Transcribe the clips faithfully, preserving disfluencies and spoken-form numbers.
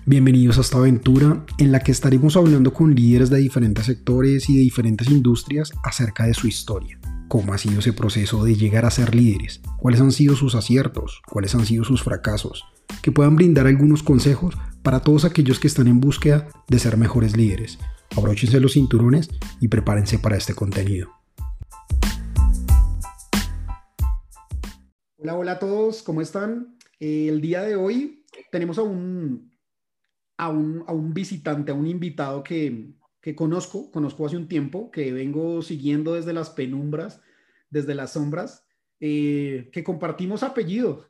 Bienvenidos a esta aventura en la que estaremos hablando con líderes de diferentes sectores y de diferentes industrias acerca de su historia. Cómo ha sido ese proceso de llegar a ser líderes, cuáles han sido sus aciertos, cuáles han sido sus fracasos, que puedan brindar algunos consejos para todos aquellos que están en búsqueda de ser mejores líderes. Abróchense los cinturones y prepárense para este contenido. Hola, hola a todos, ¿cómo están? Eh, el día de hoy tenemos a un, a un, a un visitante, a un invitado que, que conozco, conozco hace un tiempo, que vengo siguiendo desde las penumbras, desde las sombras, eh, que compartimos apellido.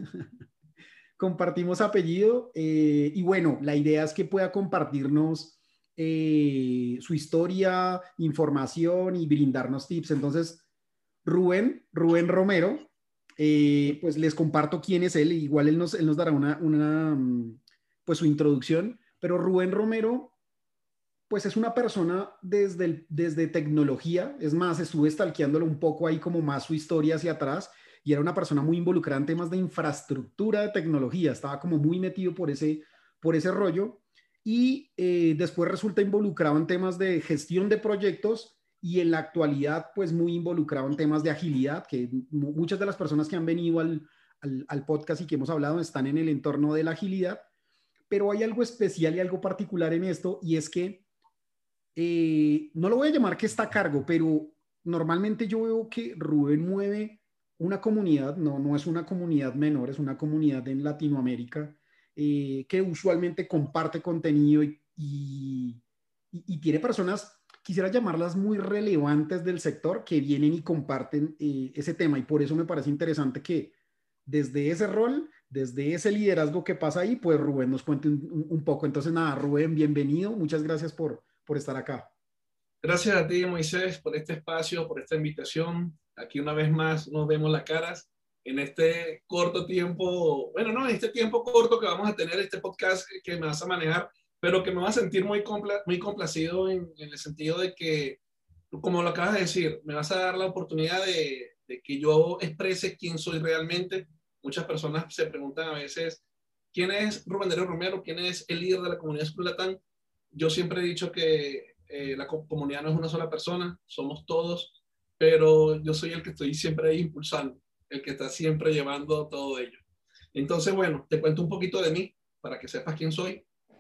Compartimos apellido eh, y bueno, la idea es que pueda compartirnos eh, su historia, información y brindarnos tips. Entonces, Rubén, Rubén Romero, eh, pues les comparto quién es él. Igual él nos, él nos dará una, una, pues su introducción, pero Rubén Romero, pues es una persona desde, el, desde tecnología. Es más, estuve stalkeándolo un poco ahí como más su historia hacia atrás y era una persona muy involucrada en temas de infraestructura de tecnología. Estaba como muy metido por ese, por ese rollo y eh, después resulta involucrado en temas de gestión de proyectos y en la actualidad pues muy involucrado en temas de agilidad, que muchas de las personas que han venido al, al, al podcast y que hemos hablado están en el entorno de la agilidad, pero hay algo especial y algo particular en esto y es que eh, no lo voy a llamar que está a cargo, pero normalmente yo veo que Rubén mueve una comunidad, no, no es una comunidad menor, es una comunidad en Latinoamérica eh, que usualmente comparte contenido y, y, y, tiene personas, quisiera llamarlas muy relevantes del sector, que vienen y comparten eh, ese tema y por eso me parece interesante que desde ese rol, desde ese liderazgo que pasa ahí, pues Rubén nos cuente un, un poco. Entonces nada, Rubén, bienvenido, muchas gracias por por estar acá. Gracias a ti, Moisés, por este espacio, por esta invitación. Aquí una vez más nos vemos las caras en este corto tiempo, bueno, no, en este tiempo corto que vamos a tener este podcast que me vas a manejar, pero que me va a sentir muy, compla muy complacido en, en el sentido de que, como lo acabas de decir, me vas a dar la oportunidad de, de que yo exprese quién soy realmente. Muchas personas se preguntan a veces, ¿quién es Rubén Darío Romero? ¿Quién es el líder de la comunidad Esculatán? Yo siempre he dicho que eh, la comunidad no es una sola persona, somos todos, pero yo soy el que estoy siempre ahí impulsando, el que está siempre llevando todo ello. Entonces, bueno, te cuento un poquito de mí para que sepas quién soy.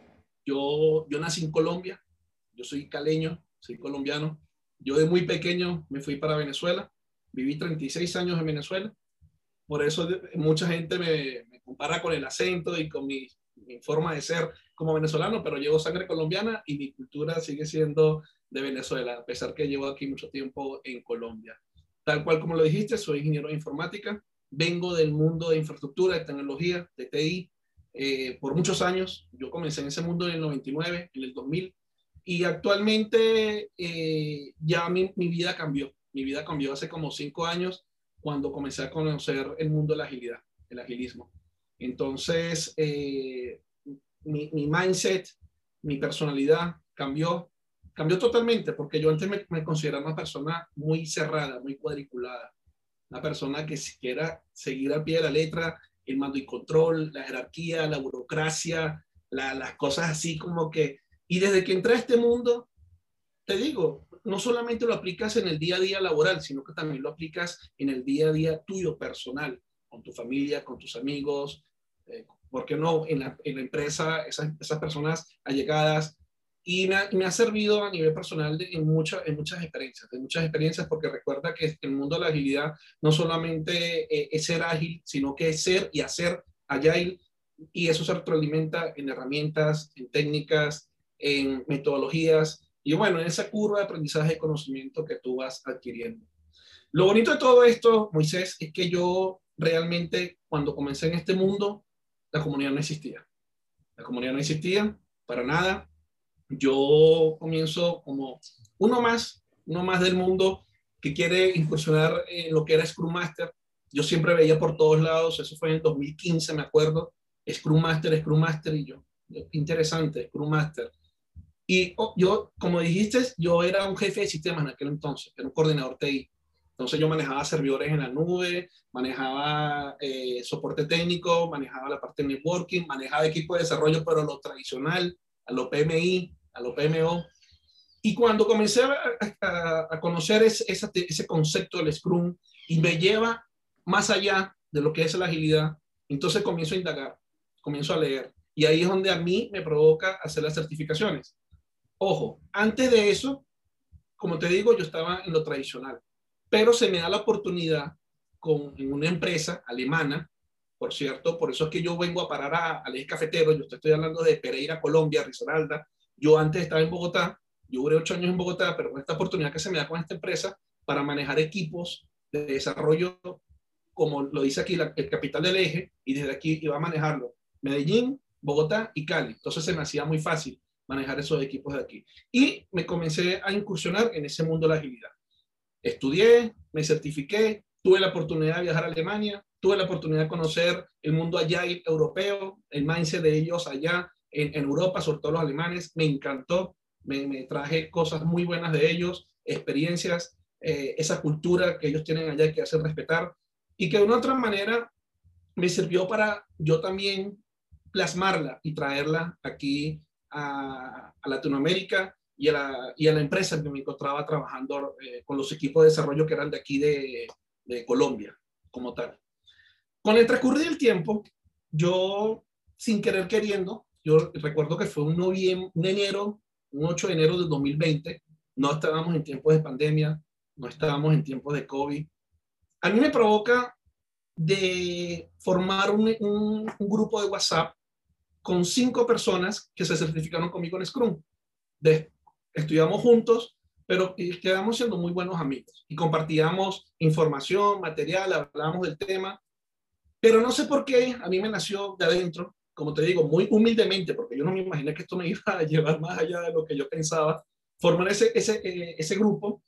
Yo, yo nací en Colombia, yo soy caleño, soy colombiano. Yo de muy pequeño me fui para Venezuela, viví treinta y seis años en Venezuela. Por eso mucha gente me, me compara con el acento y con mi, mi forma de ser como venezolano, pero llevo sangre colombiana y mi cultura sigue siendo de Venezuela, a pesar que llevo aquí mucho tiempo en Colombia. Tal cual como lo dijiste, soy ingeniero de informática, vengo del mundo de infraestructura, de tecnología, de T I, eh, por muchos años. Yo comencé en ese mundo en el noventa y nueve, en el dos mil, y actualmente eh, ya mi, mi vida cambió. Mi vida cambió hace como cinco años cuando comencé a conocer el mundo de la agilidad, el agilismo. Entonces, eh, mi, mi mindset, mi personalidad cambió, cambió totalmente, porque yo antes me, me consideraba una persona muy cerrada, muy cuadriculada, una persona que si quiera seguir al pie de la letra el mando y control, la jerarquía, la burocracia, la, las cosas así como que... Y desde que entré a este mundo, te digo, no solamente lo aplicas en el día a día laboral, sino que también lo aplicas en el día a día tuyo personal, con tu familia, con tus amigos, eh, ¿por qué no? En la, en la empresa, esas, esas personas allegadas. Y me ha, me ha servido a nivel personal de, en, mucha, en muchas experiencias, de muchas experiencias, porque recuerda que el mundo de la agilidad no solamente eh, es ser ágil, sino que es ser y hacer agile, y eso se retroalimenta en herramientas, en técnicas, en metodologías, y bueno, en esa curva de aprendizaje y conocimiento que tú vas adquiriendo. Lo bonito de todo esto, Moisés, es que yo realmente cuando comencé en este mundo, la comunidad no existía. La comunidad no existía para nada. Yo comienzo como uno más, uno más del mundo que quiere incursionar en lo que era Scrum Master. Yo siempre veía por todos lados, eso fue en el dos mil quince, me acuerdo, Scrum Master, Scrum Master, y yo, interesante, Scrum Master. Y oh, yo, como dijiste, yo era un jefe de sistemas en aquel entonces, era un coordinador T I. Entonces yo manejaba servidores en la nube, manejaba eh, soporte técnico, manejaba la parte de networking, manejaba equipo de desarrollo, pero lo tradicional, a lo P M I, a lo P M O. Y cuando comencé a, a, a conocer ese, ese, ese concepto del Scrum y me lleva más allá de lo que es la agilidad, entonces comienzo a indagar, comienzo a leer. Y ahí es donde a mí me provoca hacer las certificaciones. Ojo, antes de eso, como te digo, yo estaba en lo tradicional, pero se me da la oportunidad con, en una empresa alemana, por cierto, por eso es que yo vengo a parar a, a Eje Cafetero, yo te estoy hablando de Pereira, Colombia, Risaralda. Yo antes estaba en Bogotá, yo duré ocho años en Bogotá, pero con esta oportunidad que se me da con esta empresa para manejar equipos de desarrollo, como lo dice aquí la, el capital del eje, y desde aquí iba a manejarlo Medellín, Bogotá y Cali. Entonces se me hacía muy fácil manejar esos equipos de aquí. Y me comencé a incursionar en ese mundo de la agilidad. Estudié, me certifiqué, tuve la oportunidad de viajar a Alemania, tuve la oportunidad de conocer el mundo agile europeo, el mindset de ellos allá en, en Europa, sobre todo los alemanes. Me encantó, me, me traje cosas muy buenas de ellos, experiencias, eh, esa cultura que ellos tienen allá que hacen respetar y que de una otra manera me sirvió para yo también plasmarla y traerla aquí a, a Latinoamérica y a, la, y a la empresa que me encontraba trabajando eh, con los equipos de desarrollo que eran de aquí de, de Colombia, como tal. Con el transcurrir del tiempo, yo, sin querer queriendo, yo recuerdo que fue un, noviembre, un enero, un ocho de enero del dos mil veinte, no estábamos en tiempos de pandemia, no estábamos en tiempos de COVID. A mí me provoca de formar un, un, un grupo de WhatsApp con cinco personas que se certificaron conmigo en Scrum. De, estudiamos juntos, pero quedamos siendo muy buenos amigos y compartíamos información, material, hablábamos del tema, pero no sé por qué a mí me nació de adentro, como te digo, muy humildemente, porque yo no me imaginé que esto me iba a llevar más allá de lo que yo pensaba, formar ese, ese, eh, ese grupo,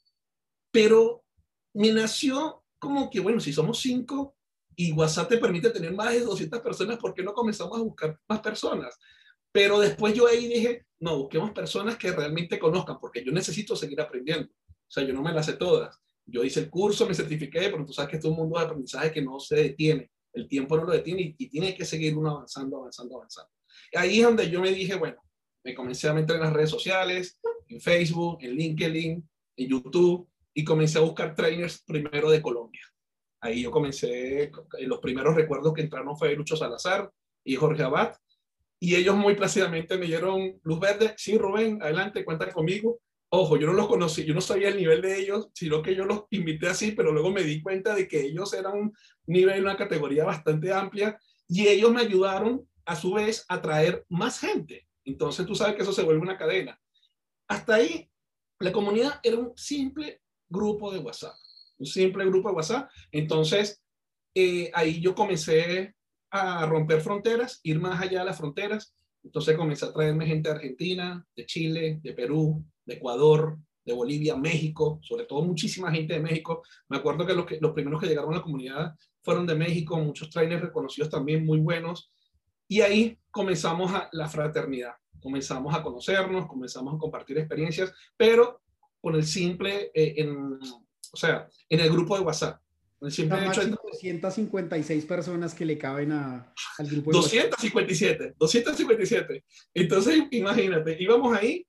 pero me nació como que, bueno, si somos cinco y WhatsApp te permite tener más de doscientas personas, ¿por qué no comenzamos a buscar más personas? Pero después yo ahí dije, no, busquemos personas que realmente conozcan, porque yo necesito seguir aprendiendo. O sea, yo no me las sé todas. Yo hice el curso, me certifiqué, pero tú sabes que esto es un mundo de aprendizaje que no se detiene. El tiempo no lo detiene y, y tiene que seguir uno avanzando, avanzando, avanzando. Y ahí es donde yo me dije, bueno, me comencé a meter en las redes sociales, en Facebook, en LinkedIn, en YouTube, y comencé a buscar trainers primero de Colombia. Ahí yo comencé, los primeros recuerdos que entraron fue Lucho Salazar y Jorge Abad, y ellos muy plácidamente me dieron luz verde. Sí, Rubén, adelante, cuenta conmigo. Ojo, yo no los conocí, yo no sabía el nivel de ellos, sino que yo los invité así, pero luego me di cuenta de que ellos eran un nivel, una categoría bastante amplia, y ellos me ayudaron a su vez a traer más gente. Entonces tú sabes que eso se vuelve una cadena. Hasta ahí, la comunidad era un simple grupo de WhatsApp, un simple grupo de WhatsApp. Entonces, eh, ahí yo comencé a romper fronteras, ir más allá de las fronteras. Entonces comencé a traerme gente de Argentina, de Chile, de Perú, de Ecuador, de Bolivia, México, sobre todo muchísima gente de México. Me acuerdo que los, que, los primeros que llegaron a la comunidad fueron de México, muchos trainers reconocidos también muy buenos. Y ahí comenzamos a la fraternidad. Comenzamos a conocernos, comenzamos a compartir experiencias, pero con el simple, eh, en, o sea, en el grupo de WhatsApp. El simple hecho de... doscientas cincuenta y seis personas que le caben a, al grupo de doscientas cincuenta y siete, doscientas cincuenta y siete. Entonces, imagínate, íbamos ahí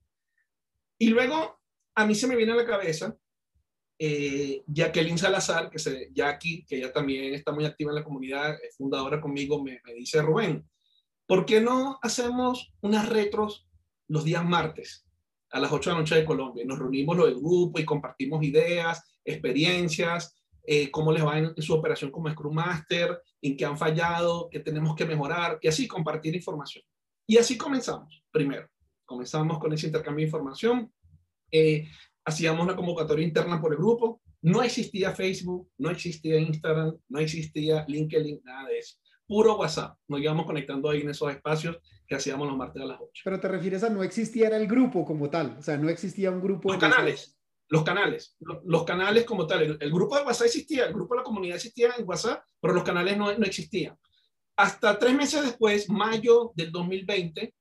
y luego a mí se me viene a la cabeza eh, Jacqueline Salazar, que se, Jackie, que ella también está muy activa en la comunidad, es fundadora conmigo, me, me dice, Rubén, ¿por qué no hacemos unas retros los días martes a las ocho de la noche de Colombia? Nos reunimos los del grupo y compartimos ideas, experiencias, eh, cómo les va en, en su operación como Scrum Master, en qué han fallado, qué tenemos que mejorar, y así compartir información. Y así comenzamos, primero. Comenzamos con ese intercambio de información. Eh, hacíamos una convocatoria interna por el grupo. No existía Facebook, no existía Instagram, no existía LinkedIn, nada de eso. Puro WhatsApp. Nos íbamos conectando ahí en esos espacios que hacíamos los martes a las ocho. Pero te refieres a no existía era el grupo como tal, o sea, no existía un grupo Los en canales, ese... los canales, los, los canales como tal. El, el grupo de WhatsApp existía, el grupo de la comunidad existía en WhatsApp, pero los canales no, no existían. Hasta tres meses después, mayo del dos mil veinte,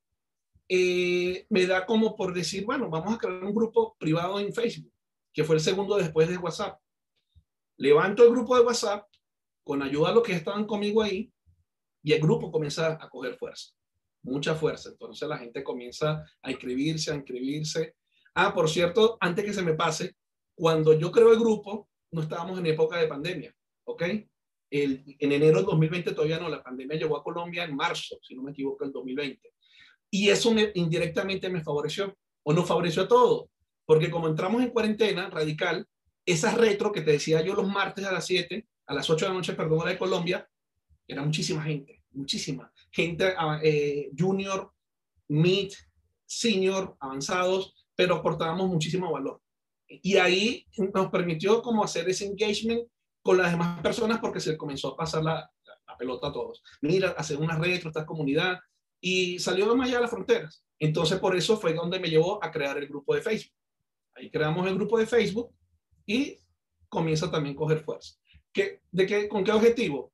eh, me da como por decir, bueno, vamos a crear un grupo privado en Facebook, que fue el segundo después de WhatsApp. Levanto el grupo de WhatsApp con ayuda de los que estaban conmigo ahí y el grupo comienza a coger fuerza, mucha fuerza. Entonces la gente comienza a inscribirse, a inscribirse. Ah, por cierto, antes que se me pase, cuando yo creo el grupo, no estábamos en época de pandemia, ¿ok? El, en enero del dos mil veinte todavía no, la pandemia llegó a Colombia en marzo, si no me equivoco, el dos mil veinte. Y eso me, indirectamente me favoreció, o nos favoreció a todos, porque como entramos en cuarentena radical, esas retro que te decía yo los martes a las siete, a las ocho de la noche, perdón, hora de Colombia, era muchísima gente, muchísima gente, eh, junior, mid, senior, avanzados, pero aportábamos muchísimo valor. Y ahí nos permitió como hacer ese engagement con las demás personas porque se comenzó a pasar la, la, la pelota a todos. Mira, hacer una retro, esta comunidad, y salió más allá de las fronteras. Entonces, por eso fue donde me llevó a crear el grupo de Facebook. Ahí creamos el grupo de Facebook y comienza también a coger fuerza. ¿Qué, de qué, ¿Con qué objetivo?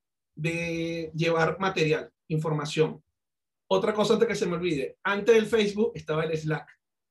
De llevar material, información. Otra cosa antes que se me olvide, antes del Facebook estaba el Slack.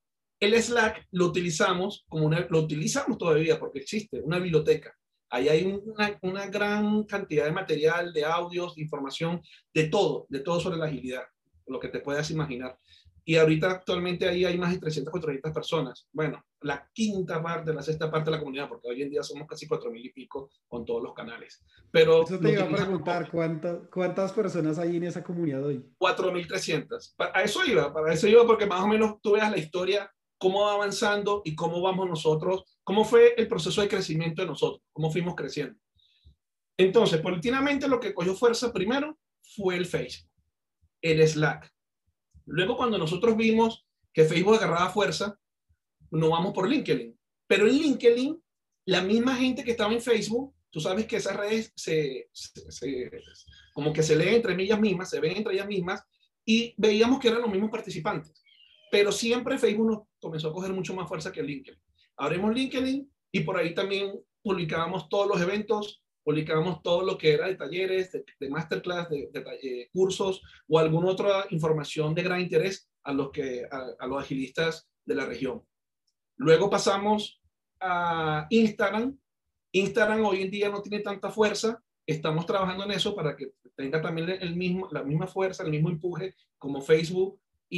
El Slack lo utilizamos, como una, lo utilizamos todavía porque existe, una biblioteca. Ahí hay una, una gran cantidad de material, de audios, de información, de todo, de todo sobre la agilidad, lo que te puedas imaginar. Y ahorita actualmente ahí hay más de trescientas, cuatrocientas personas. Bueno, la quinta parte, la sexta parte de la comunidad, porque hoy en día somos casi cuatro mil y pico con todos los canales. Pero Eso te iba a preguntar, ¿cuántas, cuántas personas hay en esa comunidad hoy? cuatro mil trescientas. A eso iba, para eso iba, porque más o menos tú veas la historia, cómo va avanzando y cómo vamos nosotros, cómo fue el proceso de crecimiento de nosotros, cómo fuimos creciendo. Entonces, políticamente lo que cogió fuerza primero fue el Facebook, el Slack. Luego, cuando nosotros vimos que Facebook agarraba fuerza, nos vamos por LinkedIn. Pero en LinkedIn, la misma gente que estaba en Facebook, tú sabes que esas redes se, se, se, como que se leen entre ellas mismas, se ven entre ellas mismas, y veíamos que eran los mismos participantes. Pero siempre Facebook nos comenzó a coger mucho más fuerza que LinkedIn. Abrimos LinkedIn y por ahí también publicábamos todos los eventos, publicábamos todo lo que era de talleres, de, de masterclass, de, de, de cursos o alguna otra información de gran interés a los, que, a, a los agilistas de la región. Luego pasamos a Instagram. Instagram hoy en día no tiene tanta fuerza. Estamos trabajando en eso para que tenga también el mismo, la misma fuerza, el mismo empuje como Facebook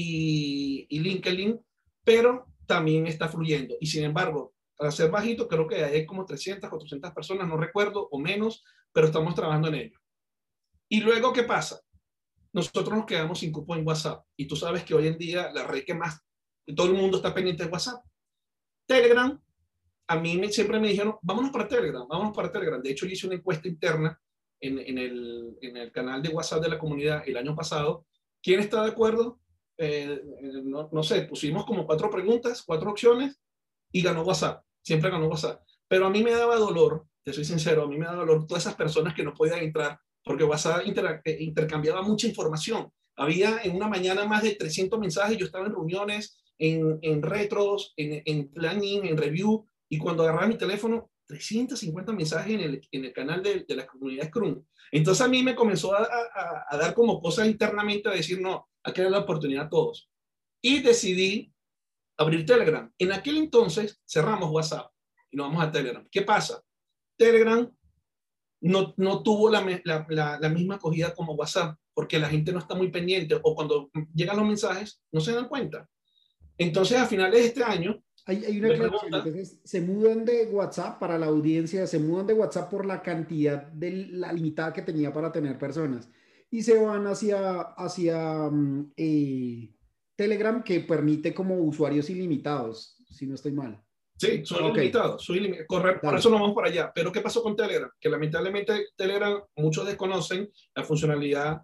y, y LinkedIn, pero también está fluyendo. Y sin embargo, para ser bajito, creo que hay como trescientas, cuatrocientas personas, no recuerdo, o menos, pero estamos trabajando en ello. Y luego, ¿qué pasa? Nosotros nos quedamos sin cupo en WhatsApp. Y tú sabes que hoy en día la red que más, todo el mundo está pendiente de WhatsApp. Telegram, a mí me, siempre me dijeron, vámonos para Telegram, vámonos para Telegram. De hecho, yo hice una encuesta interna en, en, el, en el canal de WhatsApp de la comunidad el año pasado. ¿Quién está de acuerdo? Eh, no, no sé, pusimos como cuatro preguntas, cuatro opciones y ganó WhatsApp. Siempre ganó WhatsApp. Pero a mí me daba dolor, te soy sincero, a mí me daba dolor todas esas personas que no podían entrar porque WhatsApp inter, intercambiaba mucha información. Había en una mañana más de trescientos mensajes, yo estaba en reuniones, en, en retros, en, en planning, en review, y cuando agarraba mi teléfono, trescientos cincuenta mensajes en el, en el canal de, de la comunidad Scrum. Entonces a mí me comenzó a, a, a dar como cosas internamente a decir, no, hay que dar la oportunidad a todos. Y decidí abrir Telegram. En aquel entonces cerramos WhatsApp y nos vamos a Telegram. ¿Qué pasa? Telegram no, no tuvo la, la, la, la misma acogida como WhatsApp, porque la gente no está muy pendiente o cuando llegan los mensajes no se dan cuenta. Entonces, a finales de este año, hay, hay una aclaración. Entonces, se mudan de WhatsApp para la audiencia, se mudan de WhatsApp por la cantidad de la limitada que tenía para tener personas y se van hacia, hacia eh, Telegram, que permite como usuarios ilimitados, si no estoy mal. Sí, son okay. Ilimitados, son ilimitados. Correcto, por eso nos vamos para allá. Pero ¿qué pasó con Telegram? Que lamentablemente Telegram, muchos desconocen la funcionalidad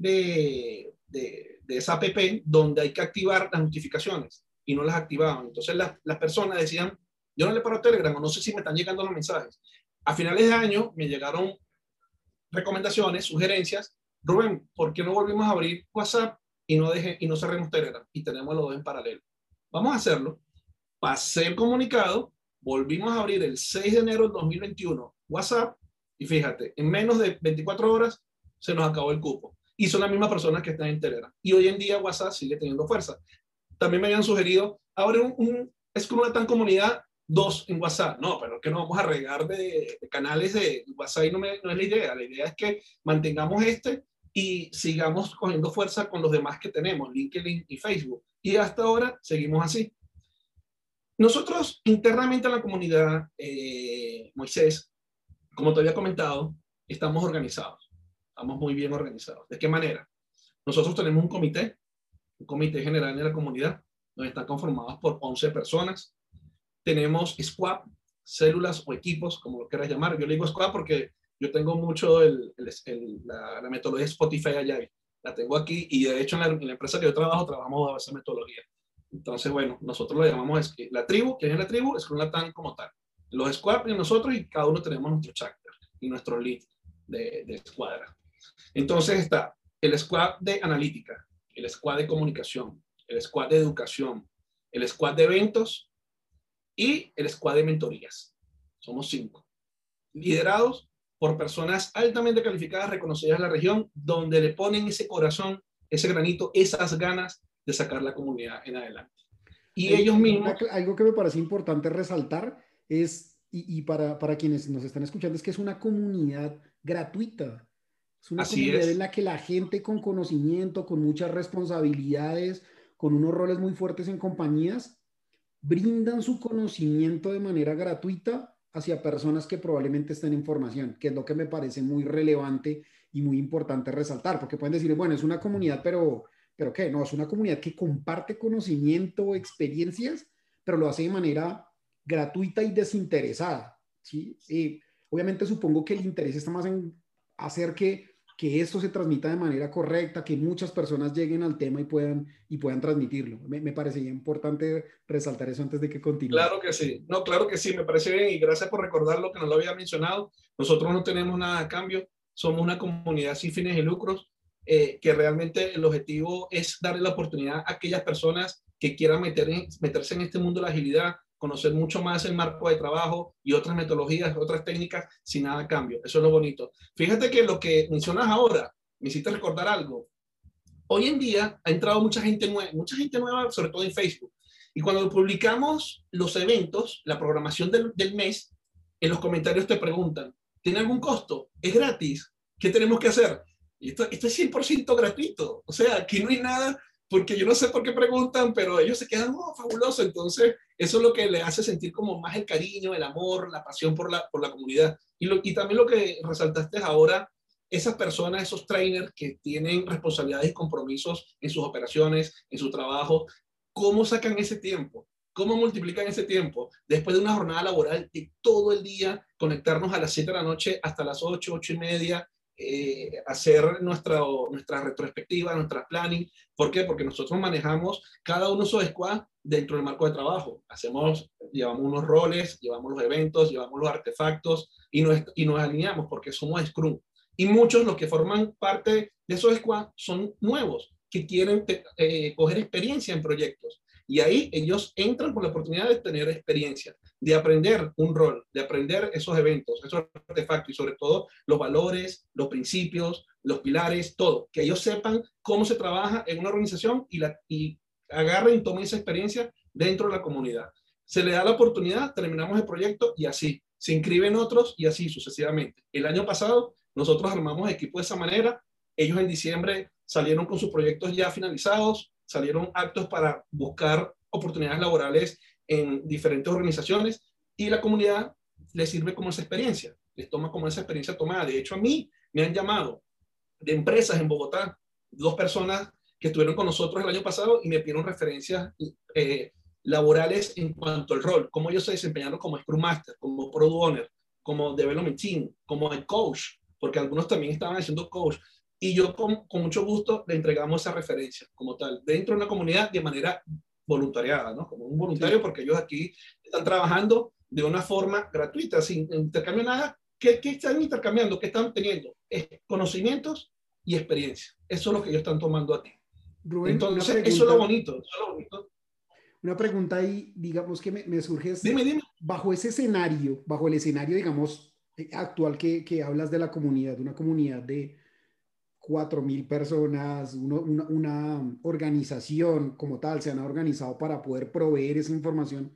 de, de, de esa app donde hay que activar las notificaciones y no las activaban. Entonces las, las personas decían, yo no le paro a Telegram o no sé si me están llegando los mensajes. A finales de año me llegaron recomendaciones, sugerencias. Rubén, ¿por qué no volvimos a abrir WhatsApp y no, deje, y no cerremos Telegram? Y tenemos los dos en paralelo. Vamos a hacerlo. Pasé el comunicado, volvimos a abrir el seis de enero del dos mil veintiuno WhatsApp y fíjate, en menos de veinticuatro horas se nos acabó el cupo. Y son las mismas personas que están en Telegram. Y hoy en día WhatsApp sigue teniendo fuerza. También me habían sugerido, ahora un, un, es como una tan comunidad dos en WhatsApp. No, pero que no vamos a regar de, de canales de WhatsApp y no, me, no es la idea. La idea es que mantengamos este y sigamos cogiendo fuerza con los demás que tenemos, LinkedIn y Facebook. Y hasta ahora seguimos así. Nosotros internamente en la comunidad, eh, Moisés, como te había comentado, estamos organizados. Estamos muy bien organizados. ¿De qué manera? Nosotros tenemos un comité, un comité general de la comunidad, donde están conformados por once personas. Tenemos squad, células o equipos, como lo quieras llamar. Yo le digo squad porque yo tengo mucho el, el, el, la, la metodología Spotify allá. La tengo aquí y de hecho en la, en la empresa que yo trabajo, trabajamos bajo esa metodología. Entonces, bueno, nosotros lo llamamos la tribu. ¿Quién es la tribu? Es una tan como tal. Los squad y nosotros y cada uno tenemos nuestro chapter y nuestro lead de, de escuadra. Entonces está el squad de analítica, el squad de comunicación, el squad de educación, el squad de eventos y el squad de mentorías. Somos cinco. Liderados por personas altamente calificadas, reconocidas en la región, donde le ponen ese corazón, ese granito, esas ganas de sacar la comunidad en adelante. Y Hay, ellos hay mismos... una, algo que me parece importante resaltar es, y, y para, para quienes nos están escuchando, es que es una comunidad gratuita. Es una Así comunidad en es. la que la gente con conocimiento, con muchas responsabilidades, con unos roles muy fuertes en compañías, brindan su conocimiento de manera gratuita hacia personas que probablemente estén en formación, que es lo que me parece muy relevante y muy importante resaltar, porque pueden decir, bueno, es una comunidad, pero, pero ¿qué? No, es una comunidad que comparte conocimiento, experiencias, pero lo hace de manera gratuita y desinteresada, ¿sí? Y obviamente supongo que el interés está más en hacer que que esto se transmita de manera correcta, que muchas personas lleguen al tema y puedan, y puedan transmitirlo. Me, me parecería importante resaltar eso antes de que continúes. Claro que sí. No, claro que sí, me parece bien y gracias por recordar lo que no lo había mencionado. Nosotros no tenemos nada a cambio, somos una comunidad sin fines de lucros, eh, que realmente el objetivo es darle la oportunidad a aquellas personas que quieran meter en, meterse en este mundo de la agilidad, conocer mucho más el marco de trabajo y otras metodologías, otras técnicas sin nada a cambio. Eso es lo bonito. Fíjate que lo que mencionas ahora, me hiciste recordar algo. Hoy en día ha entrado mucha gente nueva, mucha gente nueva, sobre todo en Facebook. Y cuando publicamos los eventos, la programación del, del mes, en los comentarios te preguntan, ¿tiene algún costo? ¿Es gratis? ¿Qué tenemos que hacer? Y esto, esto es cien por ciento gratuito. O sea, aquí no hay nada, porque yo no sé por qué preguntan, pero ellos se quedan, oh, fabuloso. Entonces, eso es lo que le hace sentir como más el cariño, el amor, la pasión por la, por la comunidad. Y, lo, y también lo que resaltaste ahora, esas personas, esos trainers que tienen responsabilidades y compromisos en sus operaciones, en su trabajo, ¿cómo sacan ese tiempo? ¿Cómo multiplican ese tiempo? Después de una jornada laboral de todo el día, conectarnos a las siete de la noche hasta las ocho, ocho y media, eh, hacer nuestra, nuestra retrospectiva, nuestra planning. ¿Por qué? Porque nosotros manejamos cada uno su squad dentro del marco de trabajo. Hacemos, llevamos unos roles, llevamos los eventos, llevamos los artefactos y nos, y nos alineamos porque somos Scrum. Y muchos, los que forman parte de esos squads, son nuevos, que quieren eh, coger experiencia en proyectos. Y ahí ellos entran con la oportunidad de tener experiencia, de aprender un rol, de aprender esos eventos, esos artefactos y sobre todo los valores, los principios, los pilares, todo. Que ellos sepan cómo se trabaja en una organización y, la, y agarren y tomen esa experiencia dentro de la comunidad. Se le da la oportunidad, terminamos el proyecto y así. Se inscriben otros y así sucesivamente. El año pasado nosotros armamos equipo de esa manera. Ellos en diciembre salieron con sus proyectos ya finalizados, salieron actos para buscar oportunidades laborales en diferentes organizaciones y la comunidad les sirve como esa experiencia, les toma como esa experiencia tomada. De hecho, a mí me han llamado de empresas en Bogotá, dos personas que estuvieron con nosotros el año pasado y me pidieron referencias eh, laborales en cuanto al rol, cómo ellos se desempeñaron como Scrum Master, como Product Owner, como Development Team, como el coach, porque algunos también estaban haciendo coach. Y yo con, con mucho gusto le entregamos esa referencia como tal, dentro de una comunidad de manera voluntariada, ¿no? Como un voluntario, sí. Porque ellos aquí están trabajando de una forma gratuita, sin intercambio nada. ¿Qué, qué están intercambiando? ¿Qué están teniendo? Es conocimientos y experiencia. Eso es lo que ellos están tomando aquí. Rubén, entonces, pregunta, eso es lo bonito. Eso es lo bonito. Una pregunta ahí, digamos que me, me surge es, dime, dime. bajo ese escenario, bajo el escenario, digamos, actual que, que hablas de la comunidad, una comunidad de cuatro mil personas, uno, una, una organización como tal, se han organizado para poder proveer esa información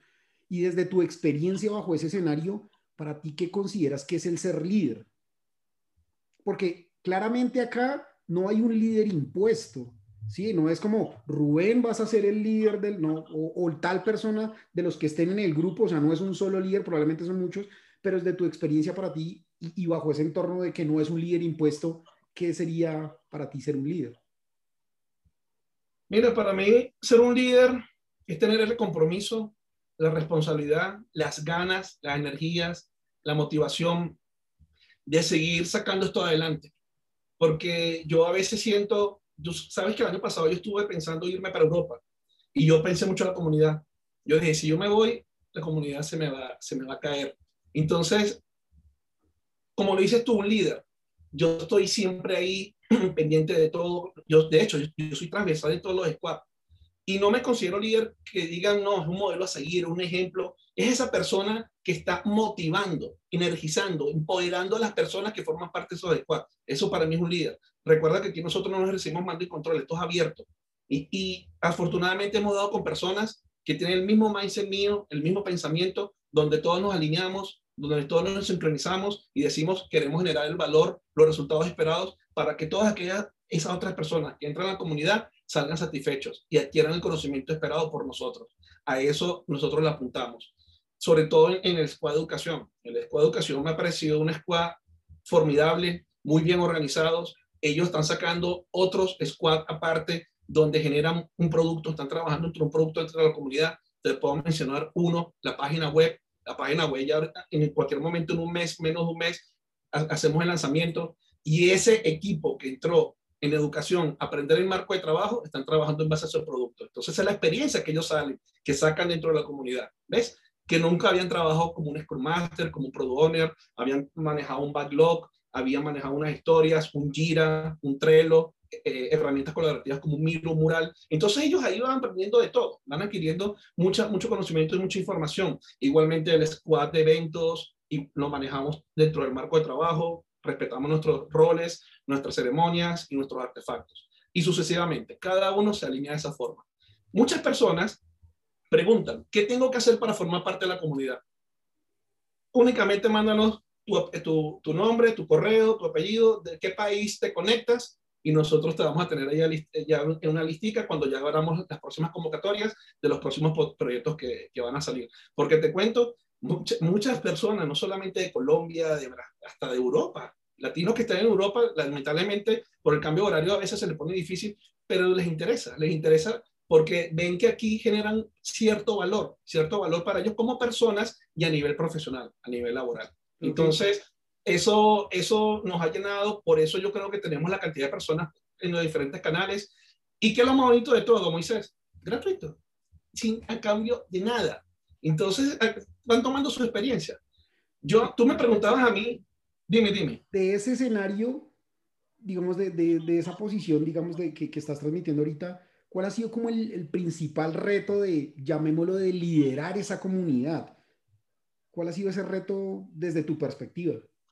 Y desde tu experiencia bajo ese escenario, para ti, ¿qué consideras que es el ser líder? Porque claramente acá no hay un líder impuesto, ¿sí? No es como, Rubén, vas a ser el líder del, no, o, o tal persona de los que estén en el grupo, o sea, no es un solo líder, probablemente son muchos, pero desde tu experiencia para ti y, y bajo ese entorno de que no es un líder impuesto, ¿qué sería para ti ser un líder? Mira, para mí ser un líder es tener el compromiso, la responsabilidad, las ganas, las energías, la motivación de seguir sacando esto adelante. Porque yo a veces siento, tú sabes que el año pasado yo estuve pensando irme para Europa y yo pensé mucho en la comunidad. Yo dije, si yo me voy, la comunidad se me va, se me va a caer. Entonces, como lo dices tú, un líder, yo estoy siempre ahí pendiente de todo. Yo, de hecho, yo, yo soy transversal en todos los squads y no me considero líder que digan, no, es un modelo a seguir, un ejemplo. Es esa persona que está motivando, energizando, empoderando a las personas que forman parte de esos squads. Eso para mí es un líder. Recuerda que aquí nosotros no nos recibimos mando y control, esto es abierto. Y, y afortunadamente hemos dado con personas que tienen el mismo mindset mío, el mismo pensamiento, donde todos nos alineamos, donde todos nos sincronizamos y decimos queremos generar el valor, los resultados esperados para que todas aquellas, esas otras personas que entran a la comunidad salgan satisfechos y adquieran el conocimiento esperado por nosotros. A eso nosotros le apuntamos. Sobre todo en, en el squad de educación. El squad de educación me ha parecido un squad formidable, muy bien organizados. Ellos están sacando otros squad aparte donde generan un producto, están trabajando entre un producto dentro de la comunidad. Te puedo mencionar uno, la página web. La página web ya en cualquier momento, en un mes, menos de un mes, hacemos el lanzamiento. Y ese equipo que entró en educación, aprender el marco de trabajo, están trabajando en base a su producto. Entonces, esa es la experiencia que ellos salen, que sacan dentro de la comunidad. ¿Ves? Que nunca habían trabajado como un Scrum Master, como un Product Owner, habían manejado un backlog, habían manejado unas historias, un Jira, un Trello, eh, herramientas colaborativas como un Miro, un Mural. Entonces, ellos ahí van aprendiendo de todo, van adquiriendo mucha, mucho conocimiento y mucha información. Igualmente, el squad de eventos, y lo manejamos dentro del marco de trabajo, respetamos nuestros roles, nuestras ceremonias y nuestros artefactos. Y sucesivamente, cada uno se alinea de esa forma. Muchas personas preguntan, ¿qué tengo que hacer para formar parte de la comunidad? Únicamente mándanos tu, tu, tu nombre, tu correo, tu apellido, de qué país te conectas y nosotros te vamos a tener ahí ya en una listica cuando ya abramos las próximas convocatorias de los próximos proyectos que, que van a salir. Porque te cuento, muchas, muchas personas, no solamente de Colombia, de, hasta de Europa, latinos que están en Europa, lamentablemente por el cambio horario a veces se les pone difícil, pero les interesa, les interesa porque ven que aquí generan cierto valor, cierto valor para ellos como personas y a nivel profesional, a nivel laboral. Okay. Entonces, eso, eso nos ha llenado, por eso yo creo que tenemos la cantidad de personas en los diferentes canales. ¿Y qué es lo más bonito de todo, Moisés? Gratuito, sin a cambio de nada. Entonces, van tomando su experiencia. Yo, tú me preguntabas a mí, dime, dime. De ese escenario, digamos, de, de, de esa posición, digamos, de que, que estás transmitiendo ahorita, ¿cuál ha sido como el, el principal reto de, llamémoslo, de liderar esa comunidad? ¿Cuál ha sido ese reto desde tu perspectiva?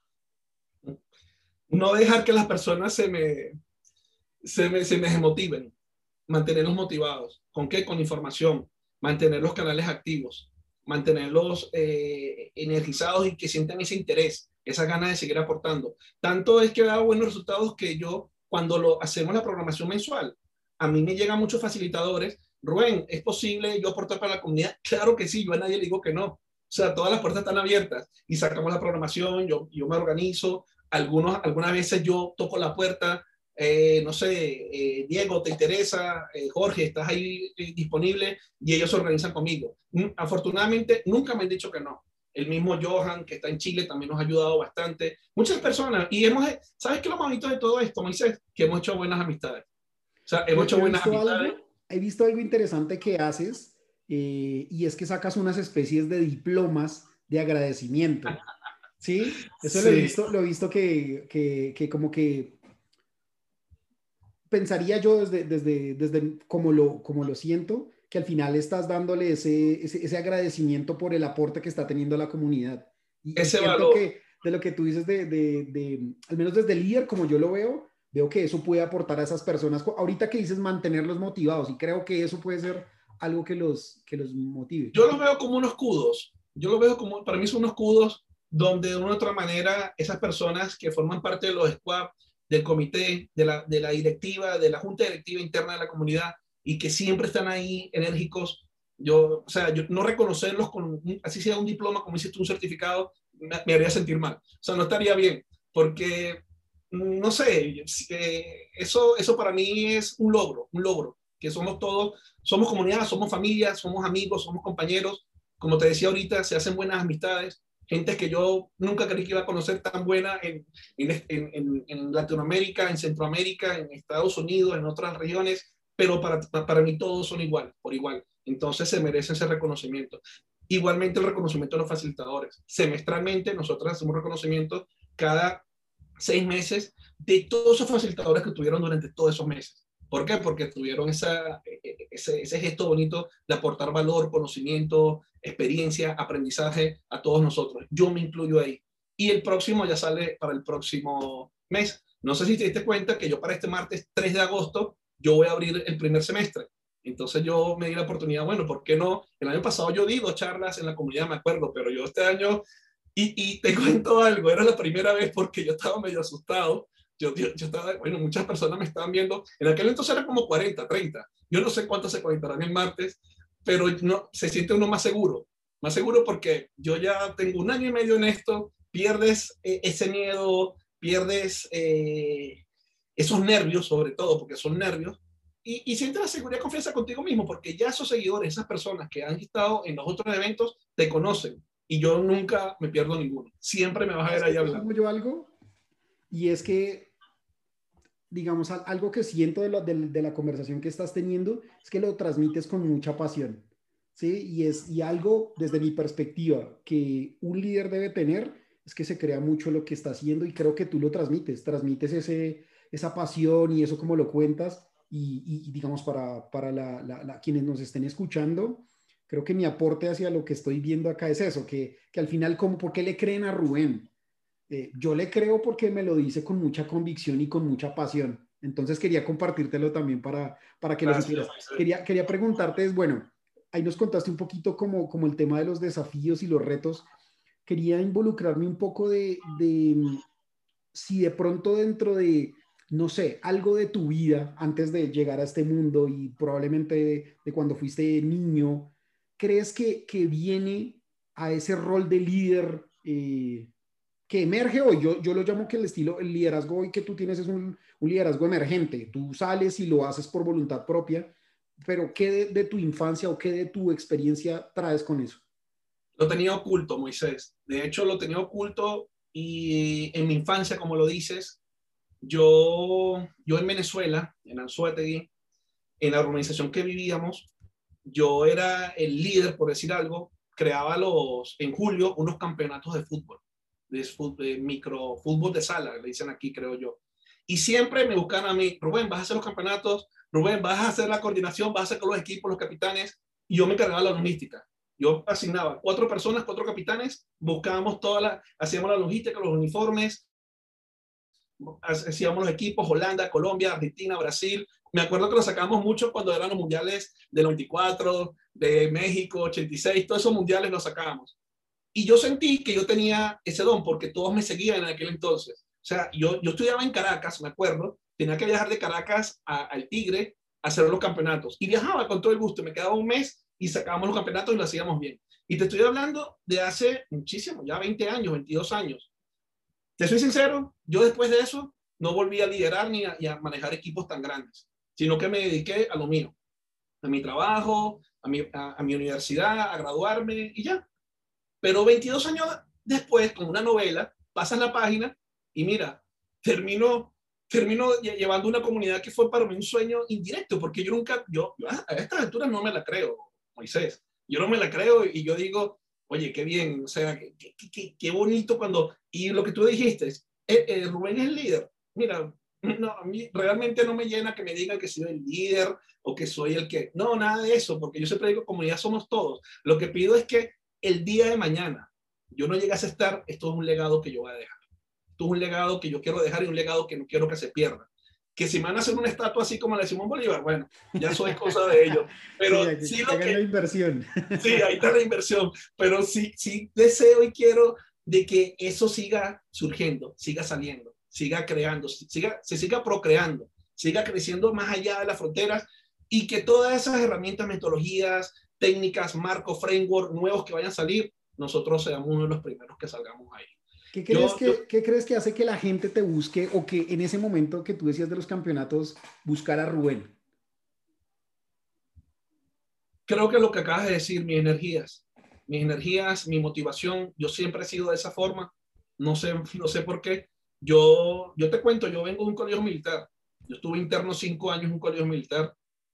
No dejar que las personas se me, se me, se me desmotiven, mantenerlos motivados. ¿Con qué? Con información, mantener los canales activos, mantenerlos eh, energizados y que sientan ese interés, esa ganas de seguir aportando. Tanto es que ha dado buenos resultados que yo, cuando lo hacemos la programación mensual, a mí me llegan muchos facilitadores. Rubén, ¿es posible yo aportar para la comunidad? Claro que sí, yo a nadie le digo que no. O sea, todas las puertas están abiertas y sacamos la programación, yo, yo me organizo, algunos, algunas veces yo toco la puerta, eh, no sé, eh, Diego, ¿te interesa? Eh, Jorge, ¿estás ahí eh, disponible? Y ellos se organizan conmigo. Mm, afortunadamente, nunca me han dicho que no. El mismo Johan, que está en Chile, también nos ha ayudado bastante. Muchas personas. Y hemos, ¿sabes qué es lo más bonito de todo esto, Moisés? Que hemos hecho buenas amistades. O sea, hemos Yo, hecho yo he buenas visto amistades. algo, he visto algo interesante que haces eh, y es que sacas unas especies de diplomas de agradecimiento. ¿Sí? Eso lo he Sí. visto, lo he visto que, que, que como que pensaría yo desde, desde, desde como, lo, como lo siento, que al final estás dándole ese, ese, ese agradecimiento por el aporte que está teniendo la comunidad. Y, y Ese siento valor. que de lo que tú dices, de, de, de, al menos desde el líder, como yo lo veo, veo que eso puede aportar a esas personas. Ahorita que dices mantenerlos motivados, y creo que eso puede ser algo que los, que los motive. Yo los veo como unos escudos. Yo los veo como, para mí son unos escudos donde de una u otra manera esas personas que forman parte de los squad, del comité, de la, de la directiva, de la junta directiva interna de la comunidad y que siempre están ahí enérgicos, yo, o sea, yo no reconocerlos con, así sea un diploma, como hiciste un certificado, me, me haría sentir mal. O sea, no estaría bien, porque, no sé, eso, eso para mí es un logro, un logro, que somos todos, somos comunidad, somos familia, somos amigos, somos compañeros. Como te decía ahorita, se hacen buenas amistades, gente que yo nunca creí que iba a conocer tan buena en, en, en, en Latinoamérica, en Centroamérica, en Estados Unidos, en otras regiones, pero para, para mí todos son igual, por igual. Entonces se merece ese reconocimiento. Igualmente el reconocimiento de los facilitadores. Semestralmente nosotros hacemos reconocimiento cada seis meses de todos esos facilitadores que tuvieron durante todos esos meses. ¿Por qué? Porque tuvieron esa, ese, ese gesto bonito de aportar valor, conocimiento, experiencia, aprendizaje a todos nosotros. Yo me incluyo ahí. Y el próximo ya sale para el próximo mes. No sé si te diste cuenta que yo para este martes tres de agosto, yo voy a abrir el primer semestre. Entonces yo me di la oportunidad, bueno, ¿por qué no? El año pasado yo di dos charlas en la comunidad, me acuerdo, pero yo este año, y, y te cuento algo, era la primera vez porque yo estaba medio asustado. Yo, yo, yo estaba, bueno, muchas personas me estaban viendo, en aquel entonces era como cuarenta, treinta, yo no sé cuántos se conectarán el martes, pero no, se siente uno más seguro, más seguro porque yo ya tengo un año y medio en esto, pierdes eh, ese miedo, pierdes eh, esos nervios sobre todo, porque son nervios, y, y sientes la seguridad y confianza contigo mismo, porque ya esos seguidores, esas personas que han estado en los otros eventos, te conocen, y yo nunca me pierdo ninguno, siempre me vas a ver ahí hablando. Yo algo, y es que digamos, algo que siento de, lo, de, de, la conversación que estás teniendo es que lo transmites con mucha pasión, ¿sí? Y, es, y algo, desde mi perspectiva, que un líder debe tener es que se crea mucho lo que está haciendo y creo que tú lo transmites, transmites ese, esa pasión y eso como lo cuentas y, y, y digamos, para, para la, la, la, quienes nos estén escuchando, creo que mi aporte hacia lo que estoy viendo acá es eso, que, que al final, como, ¿por qué le creen a Rubén? Eh, yo le creo porque me lo dice con mucha convicción y con mucha pasión. Entonces quería compartírtelo también para, para que lo supieras. Quería, quería preguntarte, es, bueno, ahí nos contaste un poquito como, como el tema de los desafíos y los retos. Quería involucrarme un poco de, de si de pronto dentro de, no sé, algo de tu vida antes de llegar a este mundo y probablemente de, de cuando fuiste niño, ¿crees que, que viene a ese rol de líder eh, que emerge hoy? Yo, yo lo llamo que el estilo, el liderazgo hoy que tú tienes es un, un liderazgo emergente. Tú sales y lo haces por voluntad propia, pero ¿qué de, de tu infancia o qué de tu experiencia traes con eso? Lo tenía oculto, Moisés. De hecho, lo tenía oculto y en mi infancia, como lo dices, yo, yo en Venezuela, en Anzoátegui, en la organización que vivíamos, yo era el líder, por decir algo, creaba los, en julio unos campeonatos de fútbol, de, de micro fútbol de sala, le dicen aquí, creo yo. Y siempre me buscan a mí, Rubén, vas a hacer los campeonatos, Rubén, vas a hacer la coordinación, vas a hacer con los equipos, los capitanes, y yo me encargaba de la logística. Yo asignaba cuatro personas, cuatro capitanes, buscábamos toda la, hacíamos la logística, los uniformes, hacíamos los equipos, Holanda, Colombia, Argentina, Brasil. Me acuerdo que lo sacamos mucho cuando eran los mundiales del noventa y cuatro, de México, ochenta y seis, todos esos mundiales los sacábamos. Y yo sentí que yo tenía ese don porque todos me seguían en aquel entonces. O sea, yo, yo estudiaba en Caracas, me acuerdo, tenía que viajar de Caracas a, al Tigre a hacer los campeonatos. Y viajaba con todo el gusto, me quedaba un mes y sacábamos los campeonatos y lo hacíamos bien. Y te estoy hablando de hace muchísimo, ya veinte años, veintidós años. Te soy sincero, yo después de eso no volví a liderar ni a, ni a manejar equipos tan grandes, sino que me dediqué a lo mío, a mi trabajo, a mi, a, a mi universidad, a graduarme y ya. Pero veintidós años después, con una novela, pasas la página y mira, termino, termino llevando una comunidad que fue para mí un sueño indirecto, porque yo nunca, yo, yo a estas alturas no me la creo, Moisés. Yo no me la creo y yo digo, oye, qué bien, o sea, qué, qué, qué bonito cuando, y lo que tú dijiste, eh, eh, Rubén es el líder. Mira, no, a mí realmente no me llena que me digan que soy el líder o que soy el que, no, nada de eso, porque yo siempre digo, comunidad somos todos. Lo que pido es que el día de mañana yo no llegase a estar, esto es un legado que yo voy a dejar. Esto es un legado que yo quiero dejar y un legado que no quiero que se pierda. Que si me van a hacer una estatua así como la de Simón Bolívar, bueno, ya eso es cosa de ellos. Pero sí, aquí, sí lo hagan que... la inversión. Sí, ahí está la inversión. Pero sí, sí deseo y quiero de que eso siga surgiendo, siga saliendo, siga creando, siga, se siga procreando, siga creciendo más allá de las fronteras y que todas esas herramientas, metodologías, técnicas, marcos, framework nuevos que vayan a salir, nosotros seamos uno de los primeros que salgamos ahí. ¿Qué crees Yo, yo que, ¿Qué crees que hace que la gente te busque o que en ese momento que tú decías de los campeonatos buscar a Rubén? creo que lo que acabas de decir, mis energías, mis energías, mi motivación, yo siempre he sido de esa forma, no sé, no sé por qué. Yo, yo te cuento, yo vengo de un colegio militar, yo estuve interno cinco años en un colegio militar,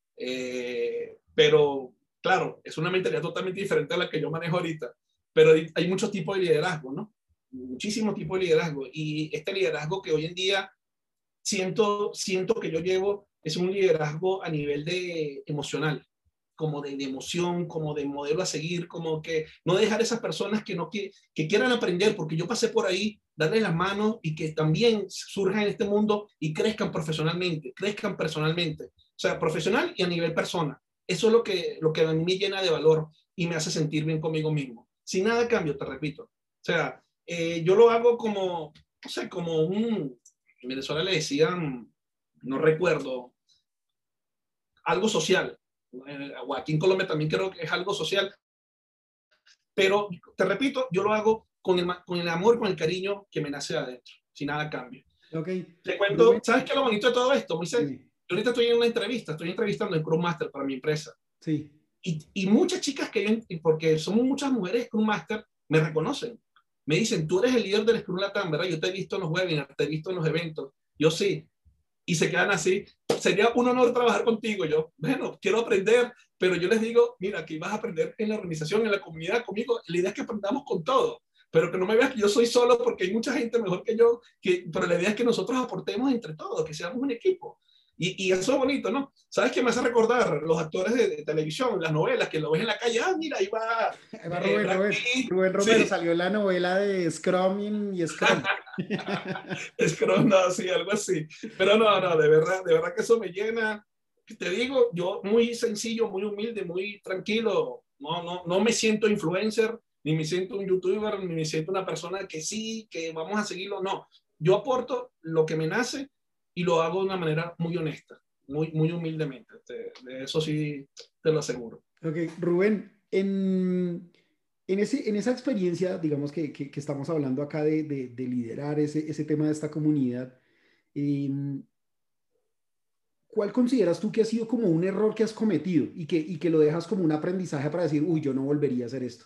eh, pero claro, es una mentalidad totalmente diferente a la que yo manejo ahorita, pero hay, hay muchos tipos de liderazgo, ¿no? Muchísimos tipos de liderazgo, y este liderazgo que hoy en día siento, siento que yo llevo es un liderazgo a nivel de emocional, como de, de emoción, como de modelo a seguir, como que no dejar esas personas que, no, que, que quieran aprender, porque yo pasé por ahí, darles las manos y que también surjan en este mundo y crezcan profesionalmente, crezcan personalmente, o sea, profesional y a nivel persona. Eso es lo que, lo que a mí me llena de valor y me hace sentir bien conmigo mismo. Sin nada de cambio, te repito. O sea, eh, yo lo hago como, no sé, como un, en Venezuela le decían, no recuerdo, algo social. O aquí en Colombia también creo que es algo social. Pero te repito, yo lo hago con el, con el amor, con el cariño que me nace de adentro, sin nada a cambio. Ok, Te cuento, Rubén, ¿sabes qué es lo bonito de todo esto, Moisés? dime. Yo ahorita estoy en una entrevista, estoy entrevistando en Scrum Master para mi empresa. Sí, Y, y muchas chicas que yo, porque somos muchas mujeres Scrum Master, me reconocen. Me dicen, tú eres el líder del Scrum Latam, ¿verdad? Yo te he visto en los webinars, te he visto en los eventos. Yo sí. Y se quedan así. Sería un honor trabajar contigo. Yo, bueno, quiero aprender, pero yo les digo, mira, aquí vas a aprender en la organización, en la comunidad, conmigo. La idea es que aprendamos con todo, pero que no me veas que yo soy solo porque hay mucha gente mejor que yo, que, pero la idea es que nosotros aportemos entre todos, que seamos un equipo. Y, y eso es bonito, ¿no? ¿Sabes qué me hace recordar? Los actores de, de televisión, las novelas, que lo ves en la calle, ah, mira, ahí va, ahí va eh, Rubén, Brad Rubén. Pitt. Rubén Romero Sí, salió en la novela de Scrum y Scrum. es que no, no, sí, algo así. Pero no, no, de verdad, de verdad que eso me llena. Te digo, yo muy sencillo, muy humilde, muy tranquilo. No, no, no me siento influencer, ni me siento un youtuber, ni me siento una persona que sí, que vamos a seguirlo. No, yo aporto lo que me nace y lo hago de una manera muy honesta, muy, muy humildemente. Te, de eso sí te lo aseguro. Ok, Rubén, en, en, ese, en esa experiencia, digamos que, que, que estamos hablando acá de, de, de liderar ese, ese tema de esta comunidad, eh, ¿cuál consideras tú que ha sido como un error que has cometido y que, y que lo dejas como un aprendizaje para decir, uy, yo no volvería a hacer esto?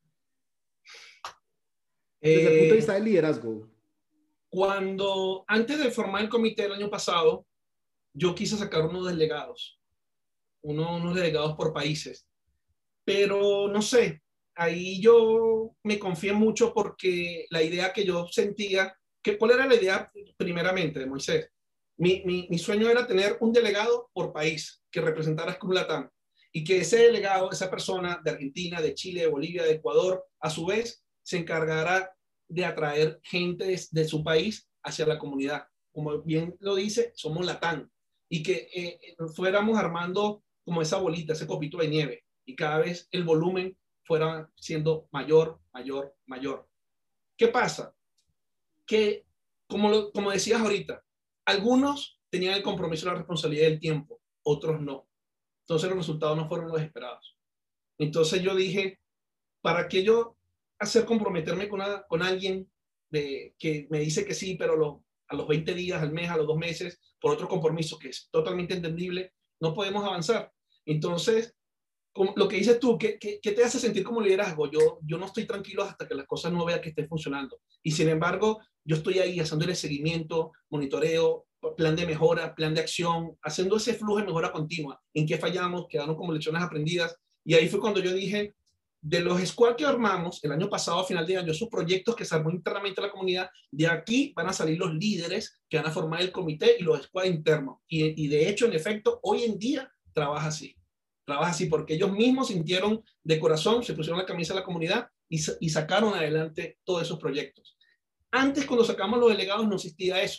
Desde el punto de Eh, vista del liderazgo. cuando, antes de formar el comité el año pasado, yo quise sacar unos delegados, uno, unos delegados por países, pero no sé, ahí yo me confié mucho porque la idea que yo sentía, que, ¿cuál era la idea primeramente de Moisés? Mi, mi, mi sueño era tener un delegado por país que representara a Scrum Latam y que ese delegado, esa persona de Argentina, de Chile, de Bolivia, de Ecuador, a su vez se encargara de atraer gente de, de su país hacia la comunidad. Como bien lo dice, somos Latam y que eh, fuéramos armando como esa bolita, ese copito de nieve y cada vez el volumen fuera siendo mayor, mayor, mayor. ¿Qué pasa? Que, como, lo, como decías ahorita, algunos tenían el compromiso y la responsabilidad del tiempo, otros no. Entonces los resultados no fueron los esperados. Entonces yo dije, ¿para qué yo hacer comprometerme con, una, con alguien de, que me dice que sí, pero lo, a los veinte días, al mes, a los dos meses, por otro compromiso que es totalmente entendible, no podemos avanzar? Entonces, como lo que dices tú, ¿qué, qué, qué te hace sentir como liderazgo? Yo, yo no estoy tranquilo hasta que las cosas no vea que estén funcionando. Y sin embargo, yo estoy ahí haciéndole seguimiento, monitoreo, plan de mejora, plan de acción, haciendo ese flujo de mejora continua. ¿En qué fallamos? Quedaron como lecciones aprendidas. Y ahí fue cuando yo dije, de los squads que armamos el año pasado, a final de año, esos proyectos que se armó internamente en la comunidad, de aquí van a salir los líderes que van a formar el comité y los squads internos. Y, y de hecho, en efecto, hoy en día trabaja así. Trabaja así porque ellos mismos sintieron de corazón, se pusieron la camisa de la comunidad y, y sacaron adelante todos esos proyectos. Antes, cuando sacamos los delegados, no existía eso.